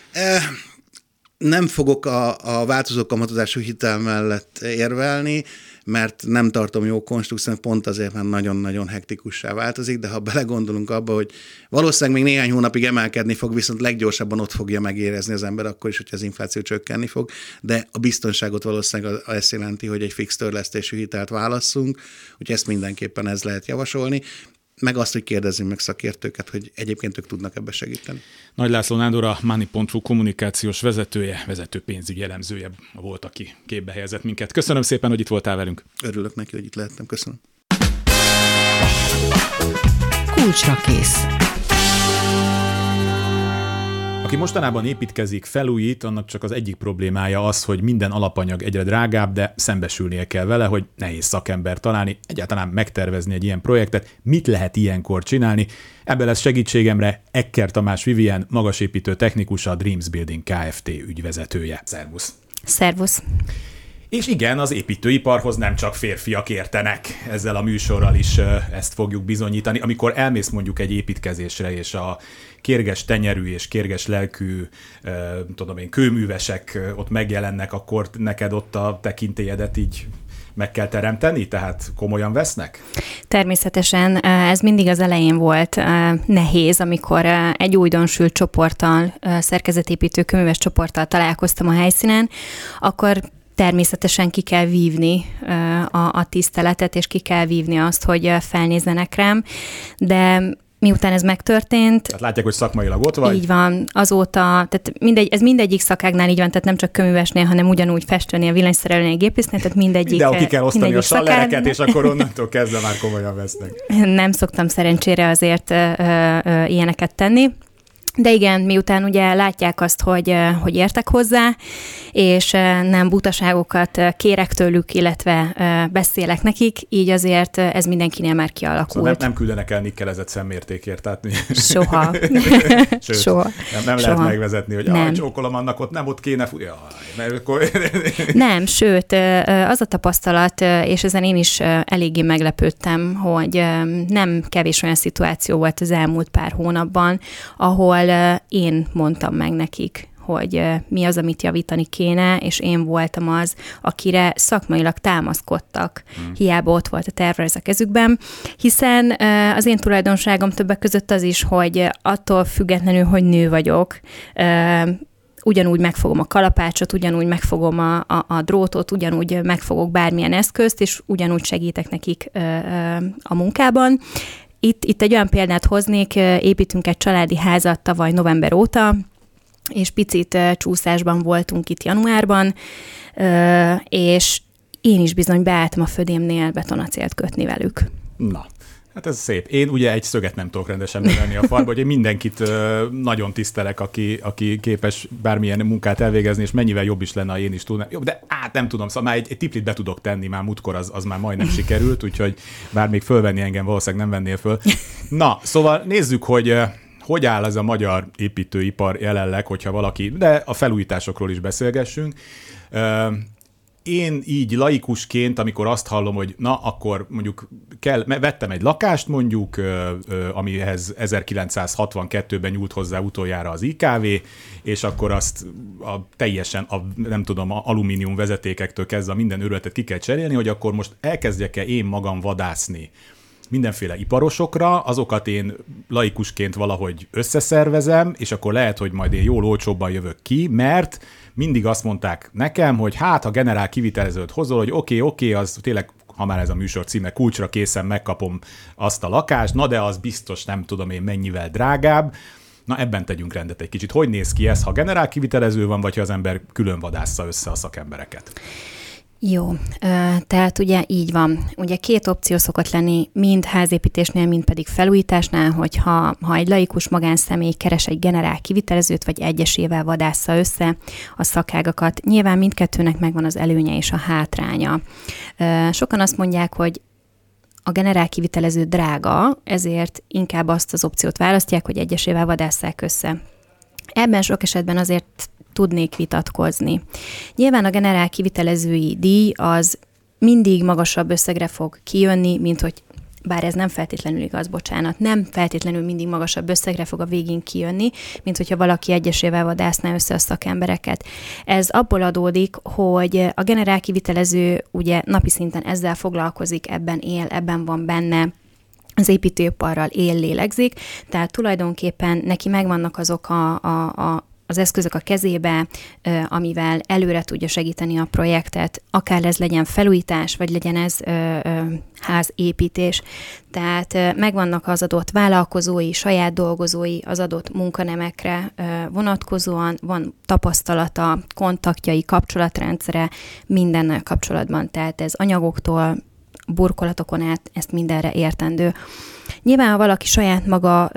Nem fogok a változó kamatozású hitel mellett érvelni, mert nem tartom jó konstrukciónak, pont azért, mert nagyon-nagyon hektikussá változik, de ha belegondolunk abba, hogy valószínűleg még néhány hónapig emelkedni fog, viszont leggyorsabban ott fogja megérezni az ember akkor is, hogyha az infláció csökkenni fog, de a biztonságot valószínűleg ezt jelenti, hogy egy fix törlesztésű hitelt válasszunk, úgyhogy ezt mindenképpen ez lehet javasolni. Meg azt, hogy kérdezzünk meg szakértőket, hogy egyébként ők tudnak ebbe segíteni. Nagy László Nándor, a Money.hu kommunikációs vezetője, vezető pénzügyi elemzője volt, aki képbe helyezett minket. Köszönöm szépen, hogy itt voltál velünk. Örülök neki, hogy itt lehettem. Köszönöm. Kulcsra kész. Aki mostanában építkezik, felújít, annak csak az egyik problémája az, hogy minden alapanyag egyre drágább, de szembesülnie kell vele, hogy nehéz szakember találni, egyáltalán megtervezni egy ilyen projektet. Mit lehet ilyenkor csinálni? Ebben lesz segítségemre Ekker Tamás Vivien, magasépítő technikusa, a Dreams Building Kft. Ügyvezetője. Szervusz! Szervusz! És igen, az építőiparhoz nem csak férfiak értenek, ezzel a műsorral is ezt fogjuk bizonyítani. Amikor elmész mondjuk egy építkezésre, és a kérges tenyerű és kérges lelkű, kőművesek ott megjelennek, akkor neked ott a tekintélyedet így meg kell teremteni, tehát komolyan vesznek? Természetesen ez mindig az elején volt nehéz, amikor egy újdonsült csoporttal, szerkezetépítő kőműves csoporttal találkoztam a helyszínen, akkor természetesen ki kell vívni a tiszteletet, és ki kell vívni azt, hogy felnézzenek rám, de miután ez megtörtént... Tehát látják, hogy szakmailag ott vagy? Így van, azóta, tehát ez mindegyik szakágnál így van, tehát nem csak kőművesnél, hanem ugyanúgy festőnél, villanyszerelőnél, gépésznél, tehát mindegyik. De ki kell osztani a sallereket, és akkor onnantól kezdve már komolyan vesznek. Nem szoktam szerencsére azért ilyeneket tenni. De igen, miután ugye látják azt, hogy értek hozzá, és nem butaságokat kérek tőlük, illetve beszélek nekik, így azért ez mindenkinél már kialakult. Szóval nem küldenek el nikkelezett szemmértékért, tehát... Soha. Sőt, Soha. Nem Soha. lehet megvezetni, hogy csókolom annak ott kéne... Nem, sőt, az a tapasztalat, és ezen én is eléggé meglepődtem, hogy nem kevés olyan szituáció volt az elmúlt pár hónapban, ahol én mondtam meg nekik, hogy mi az, amit javítani kéne, és én voltam az, akire szakmailag támaszkodtak. Hiába ott volt a tervrajz a kezükben, hiszen az én tulajdonságom többek között az is, hogy attól függetlenül, hogy nő vagyok, ugyanúgy megfogom a kalapácsot, ugyanúgy megfogom a drótot, ugyanúgy megfogok bármilyen eszközt, és ugyanúgy segítek nekik a munkában. Itt egy olyan példát hoznék, építünk egy családi házat tavaly november óta, és picit csúszásban voltunk itt januárban, és én is bizony beálltam a födémnél betonacélt kötni velük. Na, hát ez szép. Én ugye egy szöget nem tudok rendesen bevenni a falba, hogy én mindenkit nagyon tisztelek, aki képes bármilyen munkát elvégezni, és mennyivel jobb is lenne, ha én is tudnám. Jobb, de nem tudom, szóval már egy tiplit be tudok tenni, már múltkor az már majdnem sikerült, úgyhogy bár még fölvenni engem valószínűleg nem vennél föl. Na, szóval nézzük, hogy áll ez a magyar építőipar jelenleg, hogyha valaki, de a felújításokról is beszélgessünk. én így laikusként, amikor azt hallom, hogy na, akkor mondjuk vettem egy lakást mondjuk, amihez 1962-ben nyúlt hozzá utoljára az IKV, és akkor azt teljesen, nem tudom, alumínium vezetékektől kezdve minden őrületet ki kell cserélni, hogy akkor most elkezdjek-e én magam vadászni mindenféle iparosokra, azokat én laikusként valahogy összeszervezem, és akkor lehet, hogy majd én jól olcsóbban jövök ki, mert mindig azt mondták nekem, hogy hát, ha generál kivitelezőt hozol, hogy oké, az tényleg, ha már ez a műsor címe, kulcsra készen megkapom azt a lakást, na de az biztos nem tudom én mennyivel drágább. Na ebben tegyünk rendet egy kicsit. Hogy néz ki ez, ha generál kivitelező van, vagy ha az ember külön vadásza össze a szakembereket? Jó, tehát ugye így van. Ugye két opció szokott lenni, mind házépítésnél, mind pedig felújításnál, hogyha egy laikus magánszemély keres egy generál kivitelezőt, vagy egyesével vadásza össze a szakágakat. Nyilván mindkettőnek megvan az előnye és a hátránya. Sokan azt mondják, hogy a generál kivitelező drága, ezért inkább azt az opciót választják, hogy egyesével vadásszák össze. Ebben sok esetben azért tudnék vitatkozni. Nyilván a generál kivitelezői díj az mindig magasabb összegre fog kijönni, mint hogy, bár ez nem feltétlenül igaz, bocsánat, nem feltétlenül mindig magasabb összegre fog a végén kijönni, mint hogyha valaki egyesével vadászná össze a szakembereket. Ez abból adódik, hogy a generál kivitelező ugye napi szinten ezzel foglalkozik, ebben él, ebben van benne, az építőiparral él, lélegzik, tehát tulajdonképpen neki megvannak azok az eszközök a kezébe, amivel előre tudja segíteni a projektet, akár ez legyen felújítás, vagy legyen ez házépítés. Tehát megvannak az adott vállalkozói, saját dolgozói, az adott munkanemekre vonatkozóan, van tapasztalata, kontaktjai, kapcsolatrendszere mindennel kapcsolatban. Tehát ez anyagoktól, burkolatokon át, ezt mindenre értendő. Nyilván, ha valaki saját maga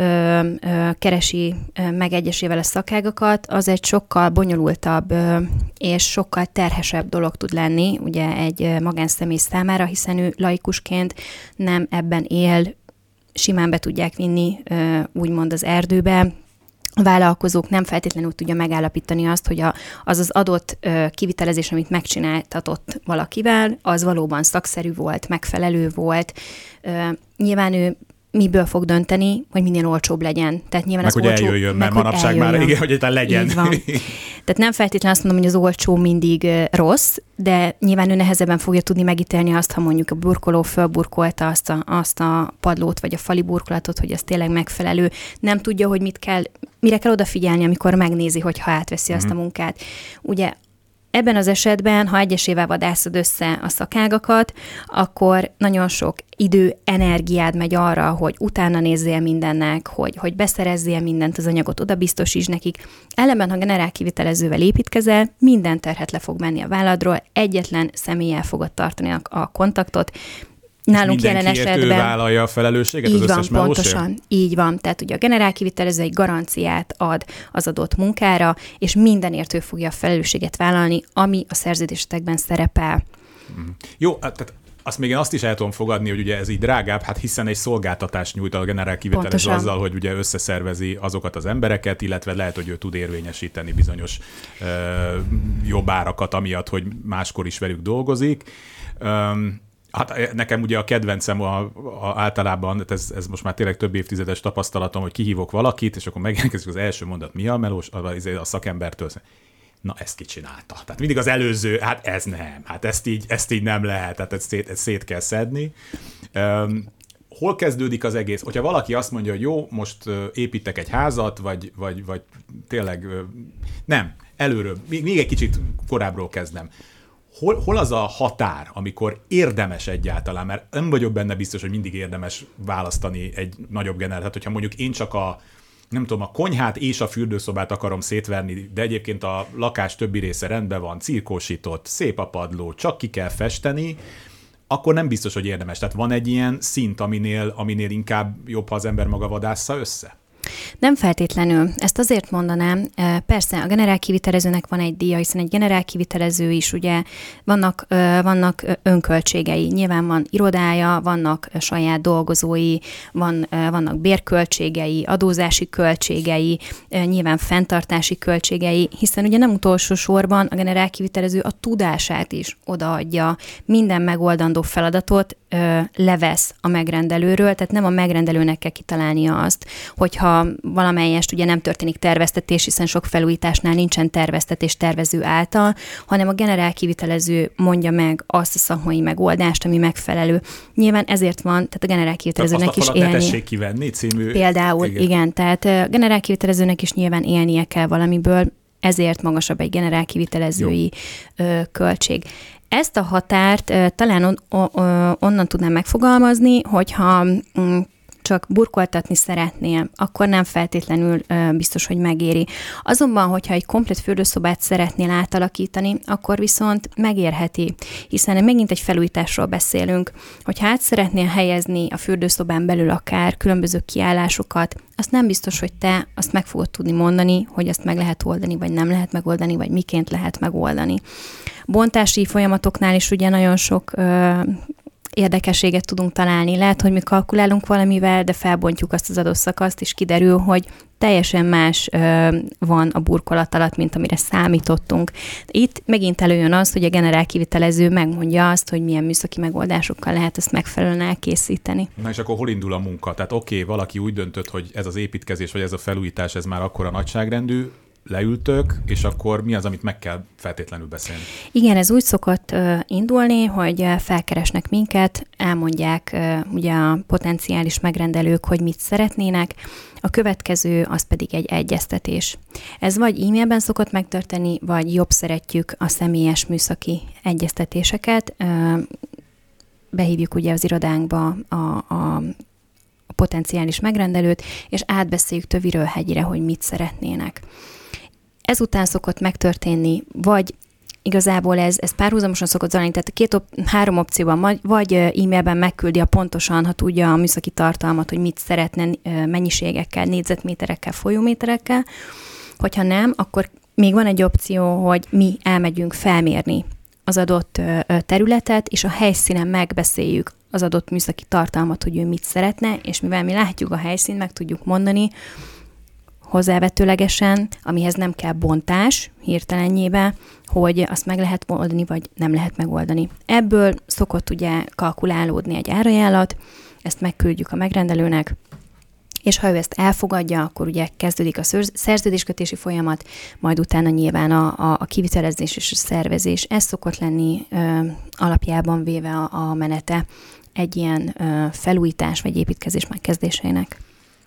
keresi meg egyesével a szakágakat, az egy sokkal bonyolultabb és sokkal terhesebb dolog tud lenni ugye egy magánszemély számára, hiszen ő laikusként nem ebben él, simán be tudják vinni úgymond az erdőbe. A vállalkozók nem feltétlenül tudja megállapítani azt, hogy az adott kivitelezés, amit megcsináltatott valakivel, az valóban szakszerű volt, megfelelő volt. Nyilván ő miből fog dönteni, hogy minél olcsóbb legyen. Tehát nyilván meg, az hogy olcsó, eljöjjön, mert manapság már igen, hogy legyen. Így van. Tehát nem feltétlenül azt mondom, hogy az olcsó mindig rossz, de nyilván ő nehezebben fogja tudni megítélni azt, ha mondjuk a burkoló fölburkolta azt a padlót, vagy a fali burkolatot, hogy az tényleg megfelelő. Nem tudja, hogy mire kell odafigyelni, amikor megnézi, hogyha átveszi azt a munkát. Ugye ebben az esetben, ha egyesével vadászod össze a szakágakat, akkor nagyon sok idő, energiád megy arra, hogy utána nézzél mindennek, hogy beszerezzél mindent, az anyagot oda biztosíts nekik. Ellenben, ha generál kivitelezővel építkezel, minden terhet le fog menni a válladról, egyetlen személlyel fogod tartani a kontaktot. Nálunk jelen esetben vállalja a felelősséget az összes melósért? Pontosan, így van. Tehát ugye a generál kivitelező egy garanciát ad az adott munkára, és mindenért ő fogja a felelősséget vállalni, ami a szerződésetekben szerepel. Jó, tehát azt is el tudom fogadni, hogy ugye ez így drágább, hát hiszen egy szolgáltatást nyújt a generál kivitelező azzal, hogy ugye összeszervezi azokat az embereket, illetve lehet, hogy ő tud érvényesíteni bizonyos jobb árakat, amiatt, hogy máskor is velük dolgozik. Hát nekem ugye a kedvencem általában, ez most már tényleg több évtizedes tapasztalatom, hogy kihívok valakit, és akkor megérkezik az első mondat, mi a melós, a szakembertől. Na, ezt ki csinálta. Tehát mindig az előző, hát ez nem, hát ezt így nem lehet, tehát ezt szét kell szedni. Hol kezdődik az egész? Hogyha valaki azt mondja, hogy jó, most építek egy házat, vagy tényleg nem, előről, még egy kicsit korábbról kezdem. Hol az a határ, amikor érdemes egyáltalán, mert nem vagyok benne biztos, hogy mindig érdemes választani egy nagyobb generált. Hát, hogyha mondjuk én csak a konyhát és a fürdőszobát akarom szétverni, de egyébként a lakás többi része rendben van, cirkósított, szép a padló, csak ki kell festeni, akkor nem biztos, hogy érdemes. Tehát van egy ilyen szint, aminél inkább jobb, ha az ember maga vadásza össze? Nem feltétlenül. Ezt azért mondanám, persze a generálkivitelezőnek van egy díja, hiszen egy generálkivitelező is ugye vannak önköltségei. Nyilván van irodája, vannak saját dolgozói, vannak bérköltségei, adózási költségei, nyilván fenntartási költségei, hiszen ugye nem utolsó sorban a generálkivitelező a tudását is odaadja, minden megoldandó feladatot levesz a megrendelőről, tehát nem a megrendelőnek kell kitalálnia azt, hogyha valamelyest ugye nem történik terveztetés, hiszen sok felújításnál nincsen terveztetés tervező által, hanem a generálkivitelező mondja meg azt a szakmai megoldást, ami megfelelő. Nyilván ezért van, tehát a generálkivitelezőnek is élni. Ne tessék kivenni című. Például, igen, tehát a generálkivitelezőnek is nyilván élnie kell valamiből, ezért magasabb egy generálkivitelezői költség. Ezt a határt talán onnan tudnám megfogalmazni, hogyha csak burkoltatni szeretnél, akkor nem feltétlenül biztos, hogy megéri. Azonban, hogyha egy komplett fürdőszobát szeretnél átalakítani, akkor viszont megérheti, hiszen megint egy felújításról beszélünk. Hogyha át szeretnél helyezni a fürdőszobán belül akár különböző kiállásokat, azt nem biztos, hogy te azt meg fogod tudni mondani, hogy azt meg lehet oldani, vagy nem lehet megoldani, vagy miként lehet megoldani. Bontási folyamatoknál is ugye nagyon sok érdekességet tudunk találni. Lehet, hogy mi kalkulálunk valamivel, de felbontjuk azt az adott szakaszt, és kiderül, hogy teljesen más van a burkolat alatt, mint amire számítottunk. Itt megint előjön az, hogy a generálkivitelező megmondja azt, hogy milyen műszaki megoldásokkal lehet ezt megfelelően elkészíteni. Na és akkor hol indul a munka? Tehát oké, valaki úgy döntött, hogy ez az építkezés, vagy ez a felújítás, ez már akkora nagyságrendű, leültök, és akkor mi az, amit meg kell feltétlenül beszélni? Igen, ez úgy szokott indulni, hogy felkeresnek minket, elmondják ugye a potenciális megrendelők, hogy mit szeretnének, a következő az pedig egy egyeztetés. Ez vagy e-mailben szokott megtörténni, vagy jobb szeretjük a személyes műszaki egyeztetéseket. Behívjuk ugye az irodánkba a potenciális megrendelőt, és átbeszéljük töviről hegyire, hogy mit szeretnének. Ezután szokott megtörténni, vagy igazából ez párhuzamosan szokott zajlani, tehát három opcióban, vagy e-mailben megküldi pontosan, ha tudja a műszaki tartalmat, hogy mit szeretne mennyiségekkel, négyzetméterekkel, folyóméterekkel. Hogyha nem, akkor még van egy opció, hogy mi elmegyünk felmérni az adott területet, és a helyszínen megbeszéljük az adott műszaki tartalmat, hogy ő mit szeretne, és mivel mi látjuk a helyszínt, meg tudjuk mondani hozzávetőlegesen, amihez nem kell bontás hirtelenjébe, hogy azt meg lehet oldani, vagy nem lehet megoldani. Ebből szokott ugye kalkulálódni egy árajánlat, ezt megküldjük a megrendelőnek, és ha ő ezt elfogadja, akkor ugye kezdődik a szerződéskötési folyamat, majd utána nyilván a kivitelezés és a szervezés. Ez szokott lenni alapjában véve a menete egy ilyen felújítás vagy építkezés megkezdéseinek.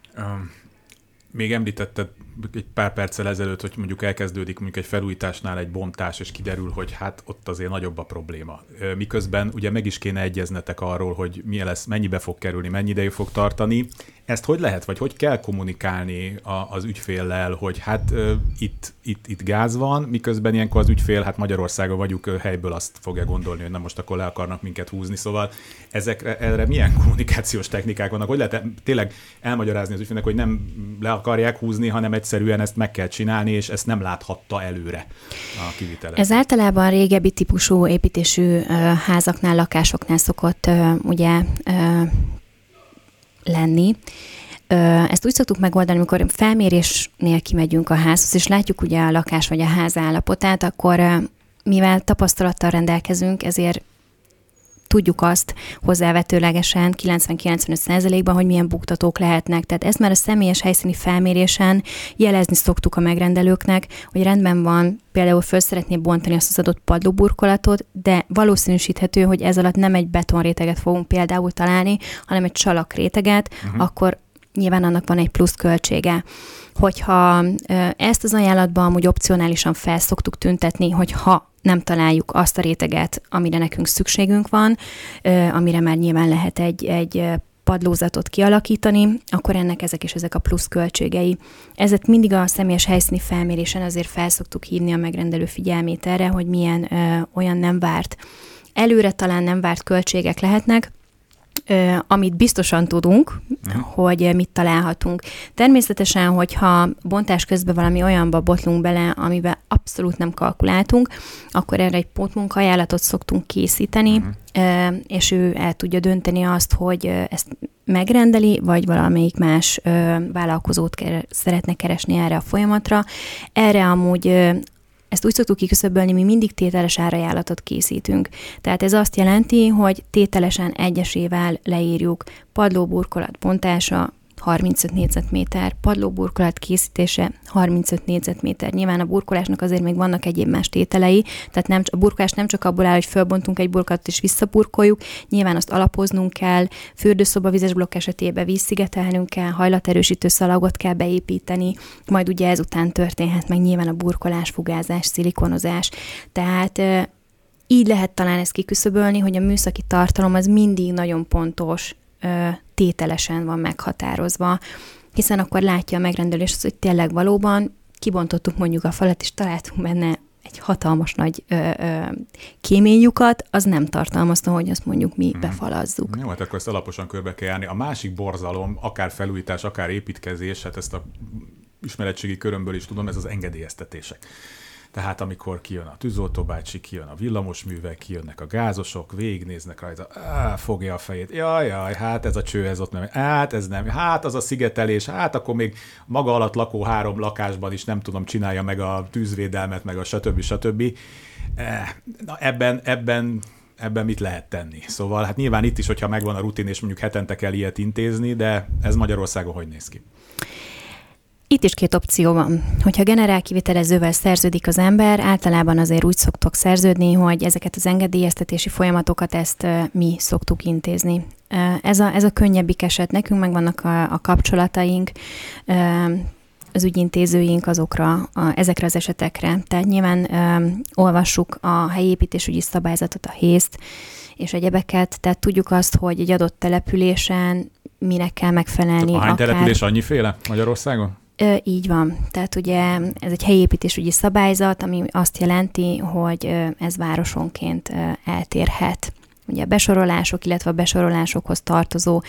Még említetted egy pár perccel ezelőtt, hogy mondjuk elkezdődik mondjuk egy felújításnál egy bontás, és kiderül, hogy hát ott azért nagyobb a probléma. Miközben ugye meg is kéne egyeznetek arról, hogy milyen lesz, mennyibe fog kerülni, mennyi ideig fog tartani. Ezt hogy lehet, vagy hogy kell kommunikálni az ügyféllel, hogy hát itt gáz van, miközben ilyenkor az ügyfél, hát Magyarországon vagyunk, helyből azt fogja gondolni, hogy na most akkor le akarnak minket húzni, szóval erre milyen kommunikációs technikák vannak? Hogy lehet tényleg elmagyarázni az ügyfélnek, hogy nem le akarják húzni, hanem egyszerűen ezt meg kell csinálni, és ezt nem láthatta előre a kivitelező? Ez általában régebbi típusú építésű házaknál, lakásoknál szokott ugye lenni. Ezt úgy szoktuk megoldani, amikor felmérésnél kimegyünk a házhoz, és látjuk ugye a lakás vagy a ház állapotát, akkor mivel tapasztalattal rendelkezünk, ezért tudjuk azt hozzávetőlegesen 90-95%-ban, hogy milyen buktatók lehetnek. Tehát ezt már a személyes helyszíni felmérésen jelezni szoktuk a megrendelőknek, hogy rendben van, például föl szeretné bontani azt az adott padlóburkolatot, de valószínűsíthető, hogy ez alatt nem egy betonréteget fogunk például találni, hanem egy salakréteget, akkor nyilván annak van egy plusz költsége. Hogyha ezt az ajánlatban amúgy opcionálisan fel szoktuk tüntetni, hogy ha nem találjuk azt a réteget, amire nekünk szükségünk van, amire már nyilván lehet egy padlózatot kialakítani, akkor ennek ezek a plusz költségei. Ezért mindig a személyes helyszíni felmérésen azért fel szoktuk hívni a megrendelő figyelmét erre, hogy milyen olyan nem várt, előre talán nem várt költségek lehetnek, amit biztosan tudunk, hogy mit találhatunk. Természetesen, hogyha bontás közben valami olyanba botlunk bele, amiben abszolút nem kalkuláltunk, akkor erre egy pótmunkaajánlatot szoktunk készíteni, és ő el tudja dönteni azt, hogy ezt megrendeli, vagy valamelyik más vállalkozót szeretne keresni erre a folyamatra. Erre amúgy ezt úgy szoktuk kiküszöbölni, mi mindig tételes árajánlatot készítünk. Tehát ez azt jelenti, hogy tételesen egyesével leírjuk padlóburkolat bontása, 35 négyzetméter, padlóburkolat készítése 35 négyzetméter. Nyilván a burkolásnak azért még vannak egyéb más tételei, tehát a burkolás nem csak abból áll, hogy fölbontunk egy burkolatot és visszaburkoljuk, nyilván azt alapoznunk kell, fürdőszoba vizes blokk esetében vízszigetelnünk kell, hajlaterősítő szalagot kell beépíteni, majd ugye ezután történhet meg nyilván a burkolás, fugázás, szilikonozás. Tehát így lehet talán ezt kiküszöbölni, hogy a műszaki tartalom az mindig nagyon pontos, tételesen van meghatározva, hiszen akkor látja a megrendelés azt, hogy tényleg valóban kibontottuk mondjuk a falat, és találtunk benne egy hatalmas nagy kéménylyukat, az nem tartalmazta, hogy azt mondjuk mi befalazzuk. Jó, hát akkor ezt alaposan körbe kell járni. A másik borzalom, akár felújítás, akár építkezés, hát ezt a ismeretségi körömből is tudom, ez az engedélyeztetések. Tehát amikor kijön a tűzoltóbácsi, kijön a villamosművek, kijönnek a gázosok, végignéznek rajta, fogja a fejét, jaj, hát ez a cső, ez ott nem, hát ez nem, hát az a szigetelés, hát akkor még maga alatt lakó 3 lakásban is nem tudom, csinálja meg a tűzvédelmet, meg a stb. Na ebben mit lehet tenni? Szóval hát nyilván itt is, hogyha megvan a rutin, és mondjuk hetente kell ilyet intézni, de ez Magyarországon hogy néz ki? Itt is 2 opció van. Hogyha generálkivitelezővel szerződik az ember, általában azért úgy szoktok szerződni, hogy ezeket az engedélyeztetési folyamatokat ezt mi szoktuk intézni. Ez a könnyebbik eset. Nekünk megvannak a kapcsolataink, az ügyintézőink ezekre az esetekre. Tehát nyilván olvassuk a helyi építésügyi szabályzatot, a HÉSZ-t és egyebeket, tehát tudjuk azt, hogy egy adott településen minek kell megfelelni. Hány település annyiféle Magyarországon? Így van. Tehát ugye ez egy helyi építésügyi szabályzat, ami azt jelenti, hogy ez városonként eltérhet. Ugye a besorolások, illetve a besorolásokhoz tartozó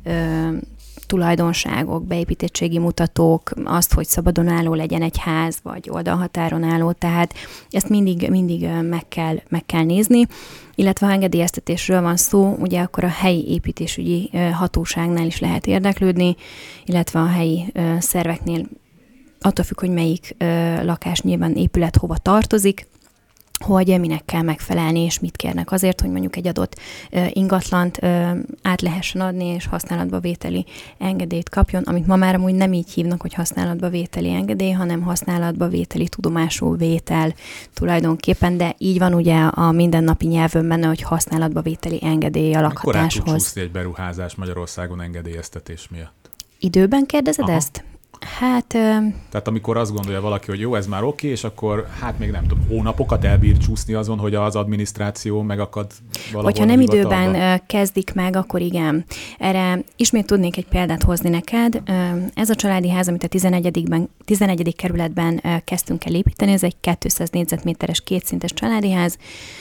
tulajdonságok, beépítettségi mutatók, azt, hogy szabadon álló legyen egy ház, vagy oldalhatáron álló, tehát ezt mindig meg kell nézni, illetve ha engedélyeztetésről van szó, ugye akkor a helyi építésügyi hatóságnál is lehet érdeklődni, illetve a helyi szerveknél, attól függ, hogy melyik lakás nyilván épület hova tartozik, hogy minek kell megfelelni, és mit kérnek azért, hogy mondjuk egy adott ingatlant át lehessen adni, és használatba vételi engedélyt kapjon, amit ma már amúgy nem így hívnak, hogy használatba vételi engedély, hanem használatba vételi tudomásul vétel tulajdonképpen, de így van ugye a mindennapi nyelvön benne, hogy használatba vételi engedély a lakhatáshoz. Akkor át tud csúszni egy beruházás Magyarországon engedélyeztetés miatt? Időben kérdezed ezt? Hát... Tehát amikor azt gondolja valaki, hogy jó, ez már oké, és akkor hát még nem tudom, hónapokat elbír csúszni azon, hogy az adminisztráció megakad valahol. Hogyha nem időben kezdik meg, akkor igen. Erre ismét tudnék egy példát hozni neked. Ez a családi ház, amit a 11. kerületben kezdtünk el építeni, ez egy 200 négyzetméteres kétszintes családi ház.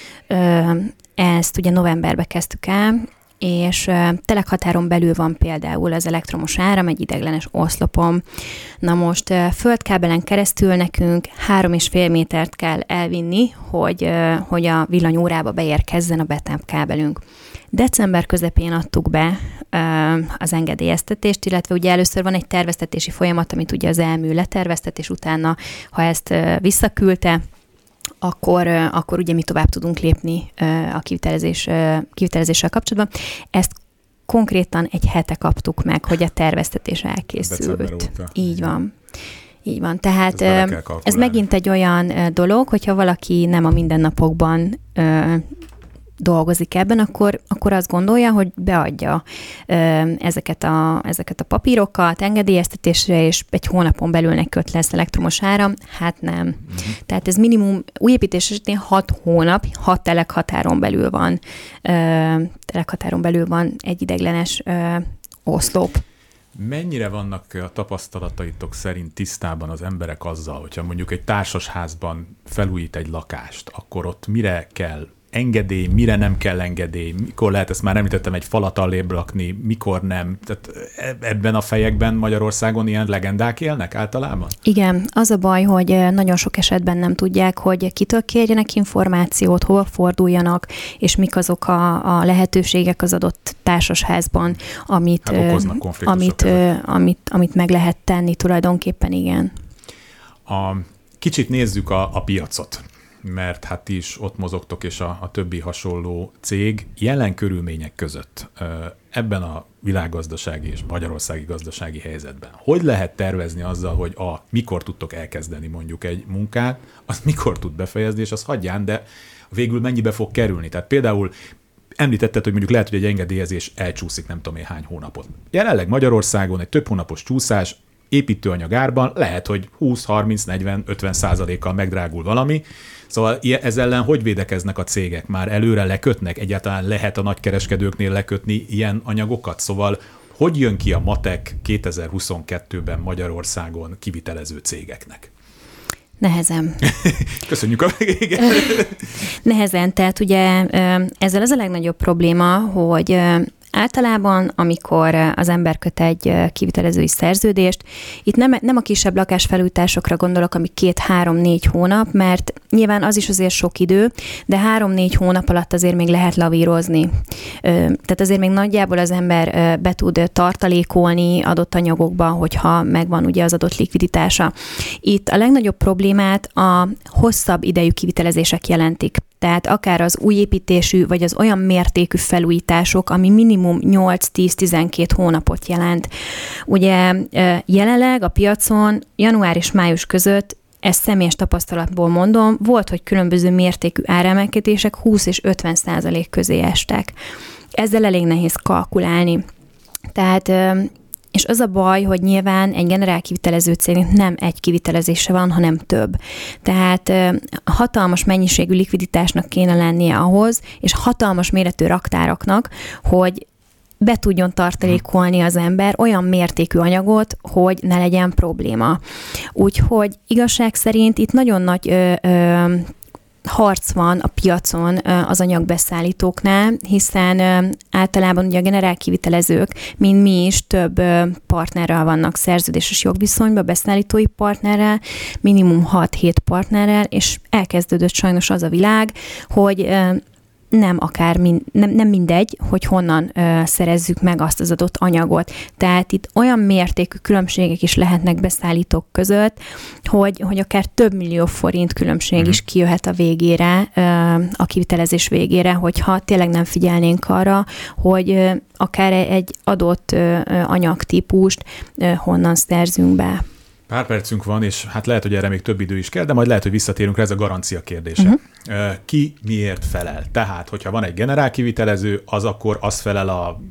Ezt ugye novemberben kezdtük el, és telekhatáron belül van például az elektromos áram, egy ideglenes oszlopom. Na most földkábelen keresztül nekünk 3,5 métert kell elvinni, hogy a villanyórába beérkezzen a betápkábelünk. December közepén adtuk be az engedélyeztetést, illetve ugye először van egy terveztetési folyamat, amit ugye az elmű leterveztet, és utána, ha ezt visszaküldte, akkor ugye mi tovább tudunk lépni a kivitelezéssel kapcsolatban. Ezt konkrétan egy hete kaptuk meg, hogy a terveztetés elkészült. Így van. Tehát ez megint egy olyan dolog, hogyha valaki nem a mindennapokban dolgozik ebben, akkor azt gondolja, hogy beadja ezeket a papírokat engedélyeztetésre, és egy hónapon belül neki ott lesz elektromos áram. Hát nem. Tehát ez minimum új építés esetén 6 hónap, 6 telekhatáron belül van egy ideglenes oszlop. Mennyire vannak a tapasztalataitok szerint tisztában az emberek azzal, hogyha mondjuk egy társasházban felújít egy lakást, akkor ott mire kell engedély, mire nem kell engedély, mikor lehet, ezt már említettem, egy falat allébb rakni, mikor nem. Tehát ebben a fejekben Magyarországon ilyen legendák élnek általában? Igen, az a baj, hogy nagyon sok esetben nem tudják, hogy kitől kérjenek információt, hova forduljanak, és mik azok a lehetőségek az adott társasházban, amit meg lehet tenni tulajdonképpen, igen. Kicsit nézzük a piacot, mert hát ti is ott mozogtok, és a többi hasonló cég jelen körülmények között ebben a világgazdasági és magyarországi gazdasági helyzetben. Hogy lehet tervezni azzal, hogy mikor tudtok elkezdeni mondjuk egy munkát, azt mikor tud befejezni, és azt hagyján, de végül mennyibe fog kerülni? Tehát például említetted, hogy mondjuk lehet, hogy egy engedélyezés elcsúszik nem tudom én hány hónapot. Jelenleg Magyarországon egy több hónapos csúszás építőanyag árban lehet, hogy 20, 30, 40, 50%-kal megdrágul valami. Szóval ez ellen hogy védekeznek a cégek? Már előre lekötnek? Egyáltalán lehet a nagykereskedőknél lekötni ilyen anyagokat? Szóval hogy jön ki a matek 2022-ben Magyarországon kivitelező cégeknek? Nehezen. Köszönjük a végéget. Nehezen, tehát ugye ezzel az a legnagyobb probléma, hogy általában, amikor az ember köt egy kivitelezői szerződést, itt nem a kisebb lakásfelújításokra gondolok, ami 2-3-4 hónap, mert nyilván az is azért sok idő, de 3-4 hónap alatt azért még lehet lavírozni. Tehát azért még nagyjából az ember be tud tartalékolni adott anyagokban, hogyha megvan ugye az adott likviditása. Itt a legnagyobb problémát a hosszabb idejű kivitelezések jelentik. Tehát akár az új építésű, vagy az olyan mértékű felújítások, ami minimum 8-10-12 hónapot jelent. Ugye jelenleg a piacon január és május között, ezt személyes tapasztalatból mondom, volt, hogy különböző mértékű áremelkedések 20 és 50% közé estek. Ezzel elég nehéz kalkulálni. Tehát és az a baj, hogy nyilván egy generálkivitelező cégnek nem egy kivitelezése van, hanem több. Tehát hatalmas mennyiségű likviditásnak kéne lennie ahhoz, és hatalmas méretű raktáraknak, hogy be tudjon tartalékolni az ember olyan mértékű anyagot, hogy ne legyen probléma. Úgyhogy igazság szerint itt nagyon nagy harc van a piacon az anyagbeszállítóknál, hiszen általában ugye a generálkivitelezők, mint mi is, több partnerrel vannak szerződéses jogviszonyban, beszállítói partnerrel, minimum 6-7 partnerrel, és elkezdődött sajnos az a világ, hogy nem mindegy, hogy honnan szerezzük meg azt az adott anyagot. Tehát itt olyan mértékű különbségek is lehetnek beszállítók között, hogy akár több millió forint különbség is kijöhet a végére, a kivitelezés végére, hogyha tényleg nem figyelnénk arra, hogy akár egy adott anyagtípust honnan szerzünk be. Pár percünk van, és hát lehet, hogy erre még több idő is kell, de majd lehet, hogy visszatérünk rá, ez a garancia kérdése. Ki miért felel? Tehát, hogyha van egy generálkivitelező, az akkor az felel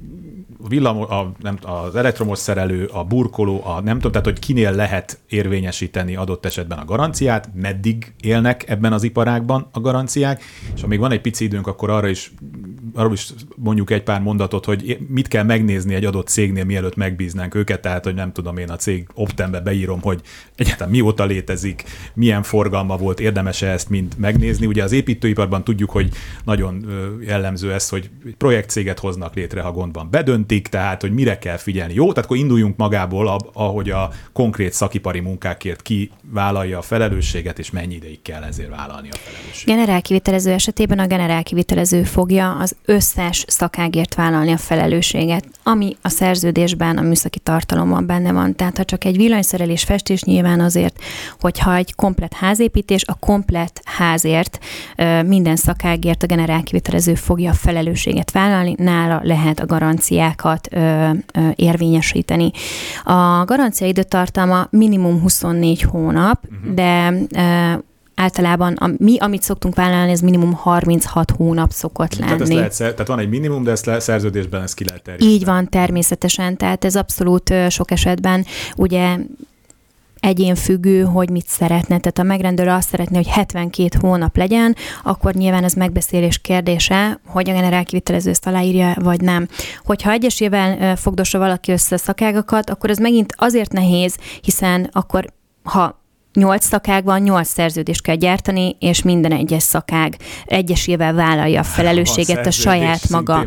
az elektromos szerelő, a burkoló, nem tudom, tehát hogy kinél lehet érvényesíteni adott esetben a garanciát, meddig élnek ebben az iparágban a garanciák, és ha még van egy pici időnk, akkor arról is mondjuk egy pár mondatot, hogy mit kell megnézni egy adott cégnél, mielőtt megbíznánk őket, tehát hogy nem tudom, én a cég Optenbe beírom, hogy egyáltalán mióta létezik, milyen forgalma volt, érdemes-e ezt mind megnézni. Ugye az építőiparban tudjuk, hogy nagyon jellemző ez, hogy projektcéget hoznak létre, ha gond van, bedöntik, tehát hogy mire kell figyelni. Jó, tehát akkor induljunk magából, ahogy a konkrét szakipari munkákért ki vállalja a felelősséget, és mennyi ideig kell ezért vállalni a felelősséget. Generálkivitelező esetében a generálkivitelező fogja az összes szakágért vállalni a felelősséget, ami a szerződésben, a műszaki tartalomban benne van. Tehát ha csak egy villanyszerelés, festés, nyilván azért, hogyha egy komplett házépítés, a komplett házért minden szakágért a generálkivitelező fogja a felelősséget vállalni, nála lehet a garanciákat érvényesíteni. A garancia időtartalma minimum 24 hónap, de általában amit szoktunk vállalni, ez minimum 36 hónap szokott lenni. Tehát van egy minimum, de ezt szerződésben ezt ki lehet terjeszteni. Így van, természetesen. Tehát ez abszolút sok esetben ugye egyénfüggő, hogy mit szeretne. Tehát a megrendelő azt szeretné, hogy 72 hónap legyen, akkor nyilván ez megbeszélés kérdése, hogy a generálkivitelező ezt aláírja, vagy nem. Hogyha egyesével fogdossa valaki össze a szakágakat, akkor ez megint azért nehéz, hiszen akkor, ha 8 szakág van, 8 szerződést kell gyártani, és minden egyes szakág egyesével vállalja a felelősséget a saját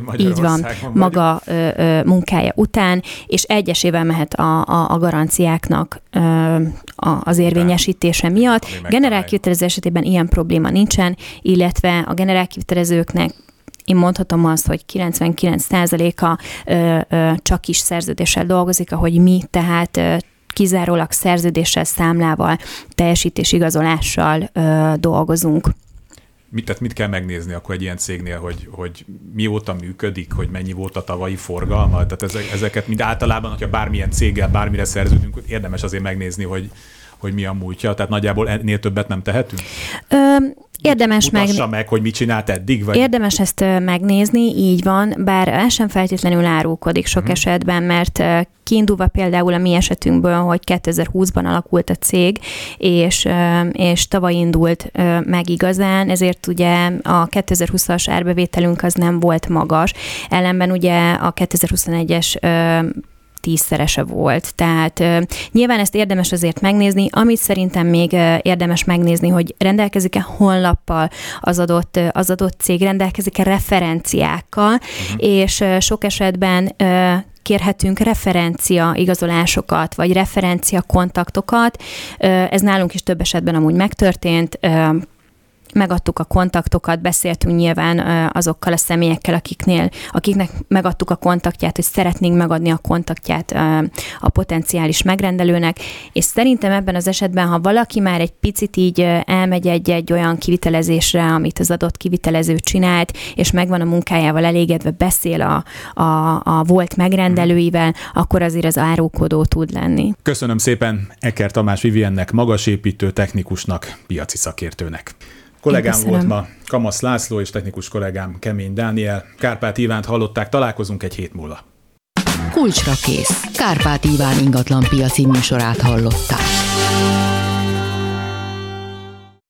maga munkája után, és egyesével mehet a garanciáknak az érvényesítése miatt. Generálkivitelező esetében ilyen probléma nincsen, illetve a generálkivitelezőknek én mondhatom azt, hogy 99%-a csak is szerződéssel dolgozik, ahogy mi, tehát kizárólag szerződéssel, számlával, teljesítésigazolással dolgozunk. Mit kell megnézni akkor egy ilyen cégnél, hogy mióta működik, hogy mennyi volt a tavalyi forgalma? Tehát ezeket mind általában, hogyha bármilyen céggel, bármire szerződünk, érdemes azért megnézni, hogy mi a múltja. Tehát nagyjából ennél többet nem tehetünk? Érdemes meg, hogy mit csinált eddig? Vagy? Érdemes ezt megnézni, így van, bár el sem feltétlenül árulkodik sok esetben, mert kiindulva például a mi esetünkből, hogy 2020-ban alakult a cég, és tavaly indult meg igazán, ezért ugye a 2020-as árbevételünk az nem volt magas, ellenben ugye a 2021-es 10-szerese volt. Tehát nyilván ezt érdemes azért megnézni, amit szerintem még érdemes megnézni, hogy rendelkezik-e honlappal az adott cég, rendelkezik-e referenciákkal, és sok esetben kérhetünk referencia igazolásokat, vagy referencia kontaktokat. Ez nálunk is több esetben amúgy megtörtént. Megadtuk a kontaktokat, beszéltünk nyilván azokkal a személyekkel, akiknek megadtuk a kontaktját, hogy szeretnénk megadni a kontaktját a potenciális megrendelőnek, és szerintem ebben az esetben, ha valaki már egy picit így elmegy egy olyan kivitelezésre, amit az adott kivitelező csinált, és megvan a munkájával elégedve, beszél a volt megrendelőivel, akkor azért az árulkodó tud lenni. Köszönöm szépen Ecker Tamás Viviennek, magasépítő technikusnak, piaci szakértőnek. Kollégám volt ma Kamasz László, és technikus kollégám Kemény Dániel. Kárpát Ivánt hallották, találkozunk egy hét múlva. Kulcsra kész. Kárpát Iván ingatlan piaci műsorát hallották.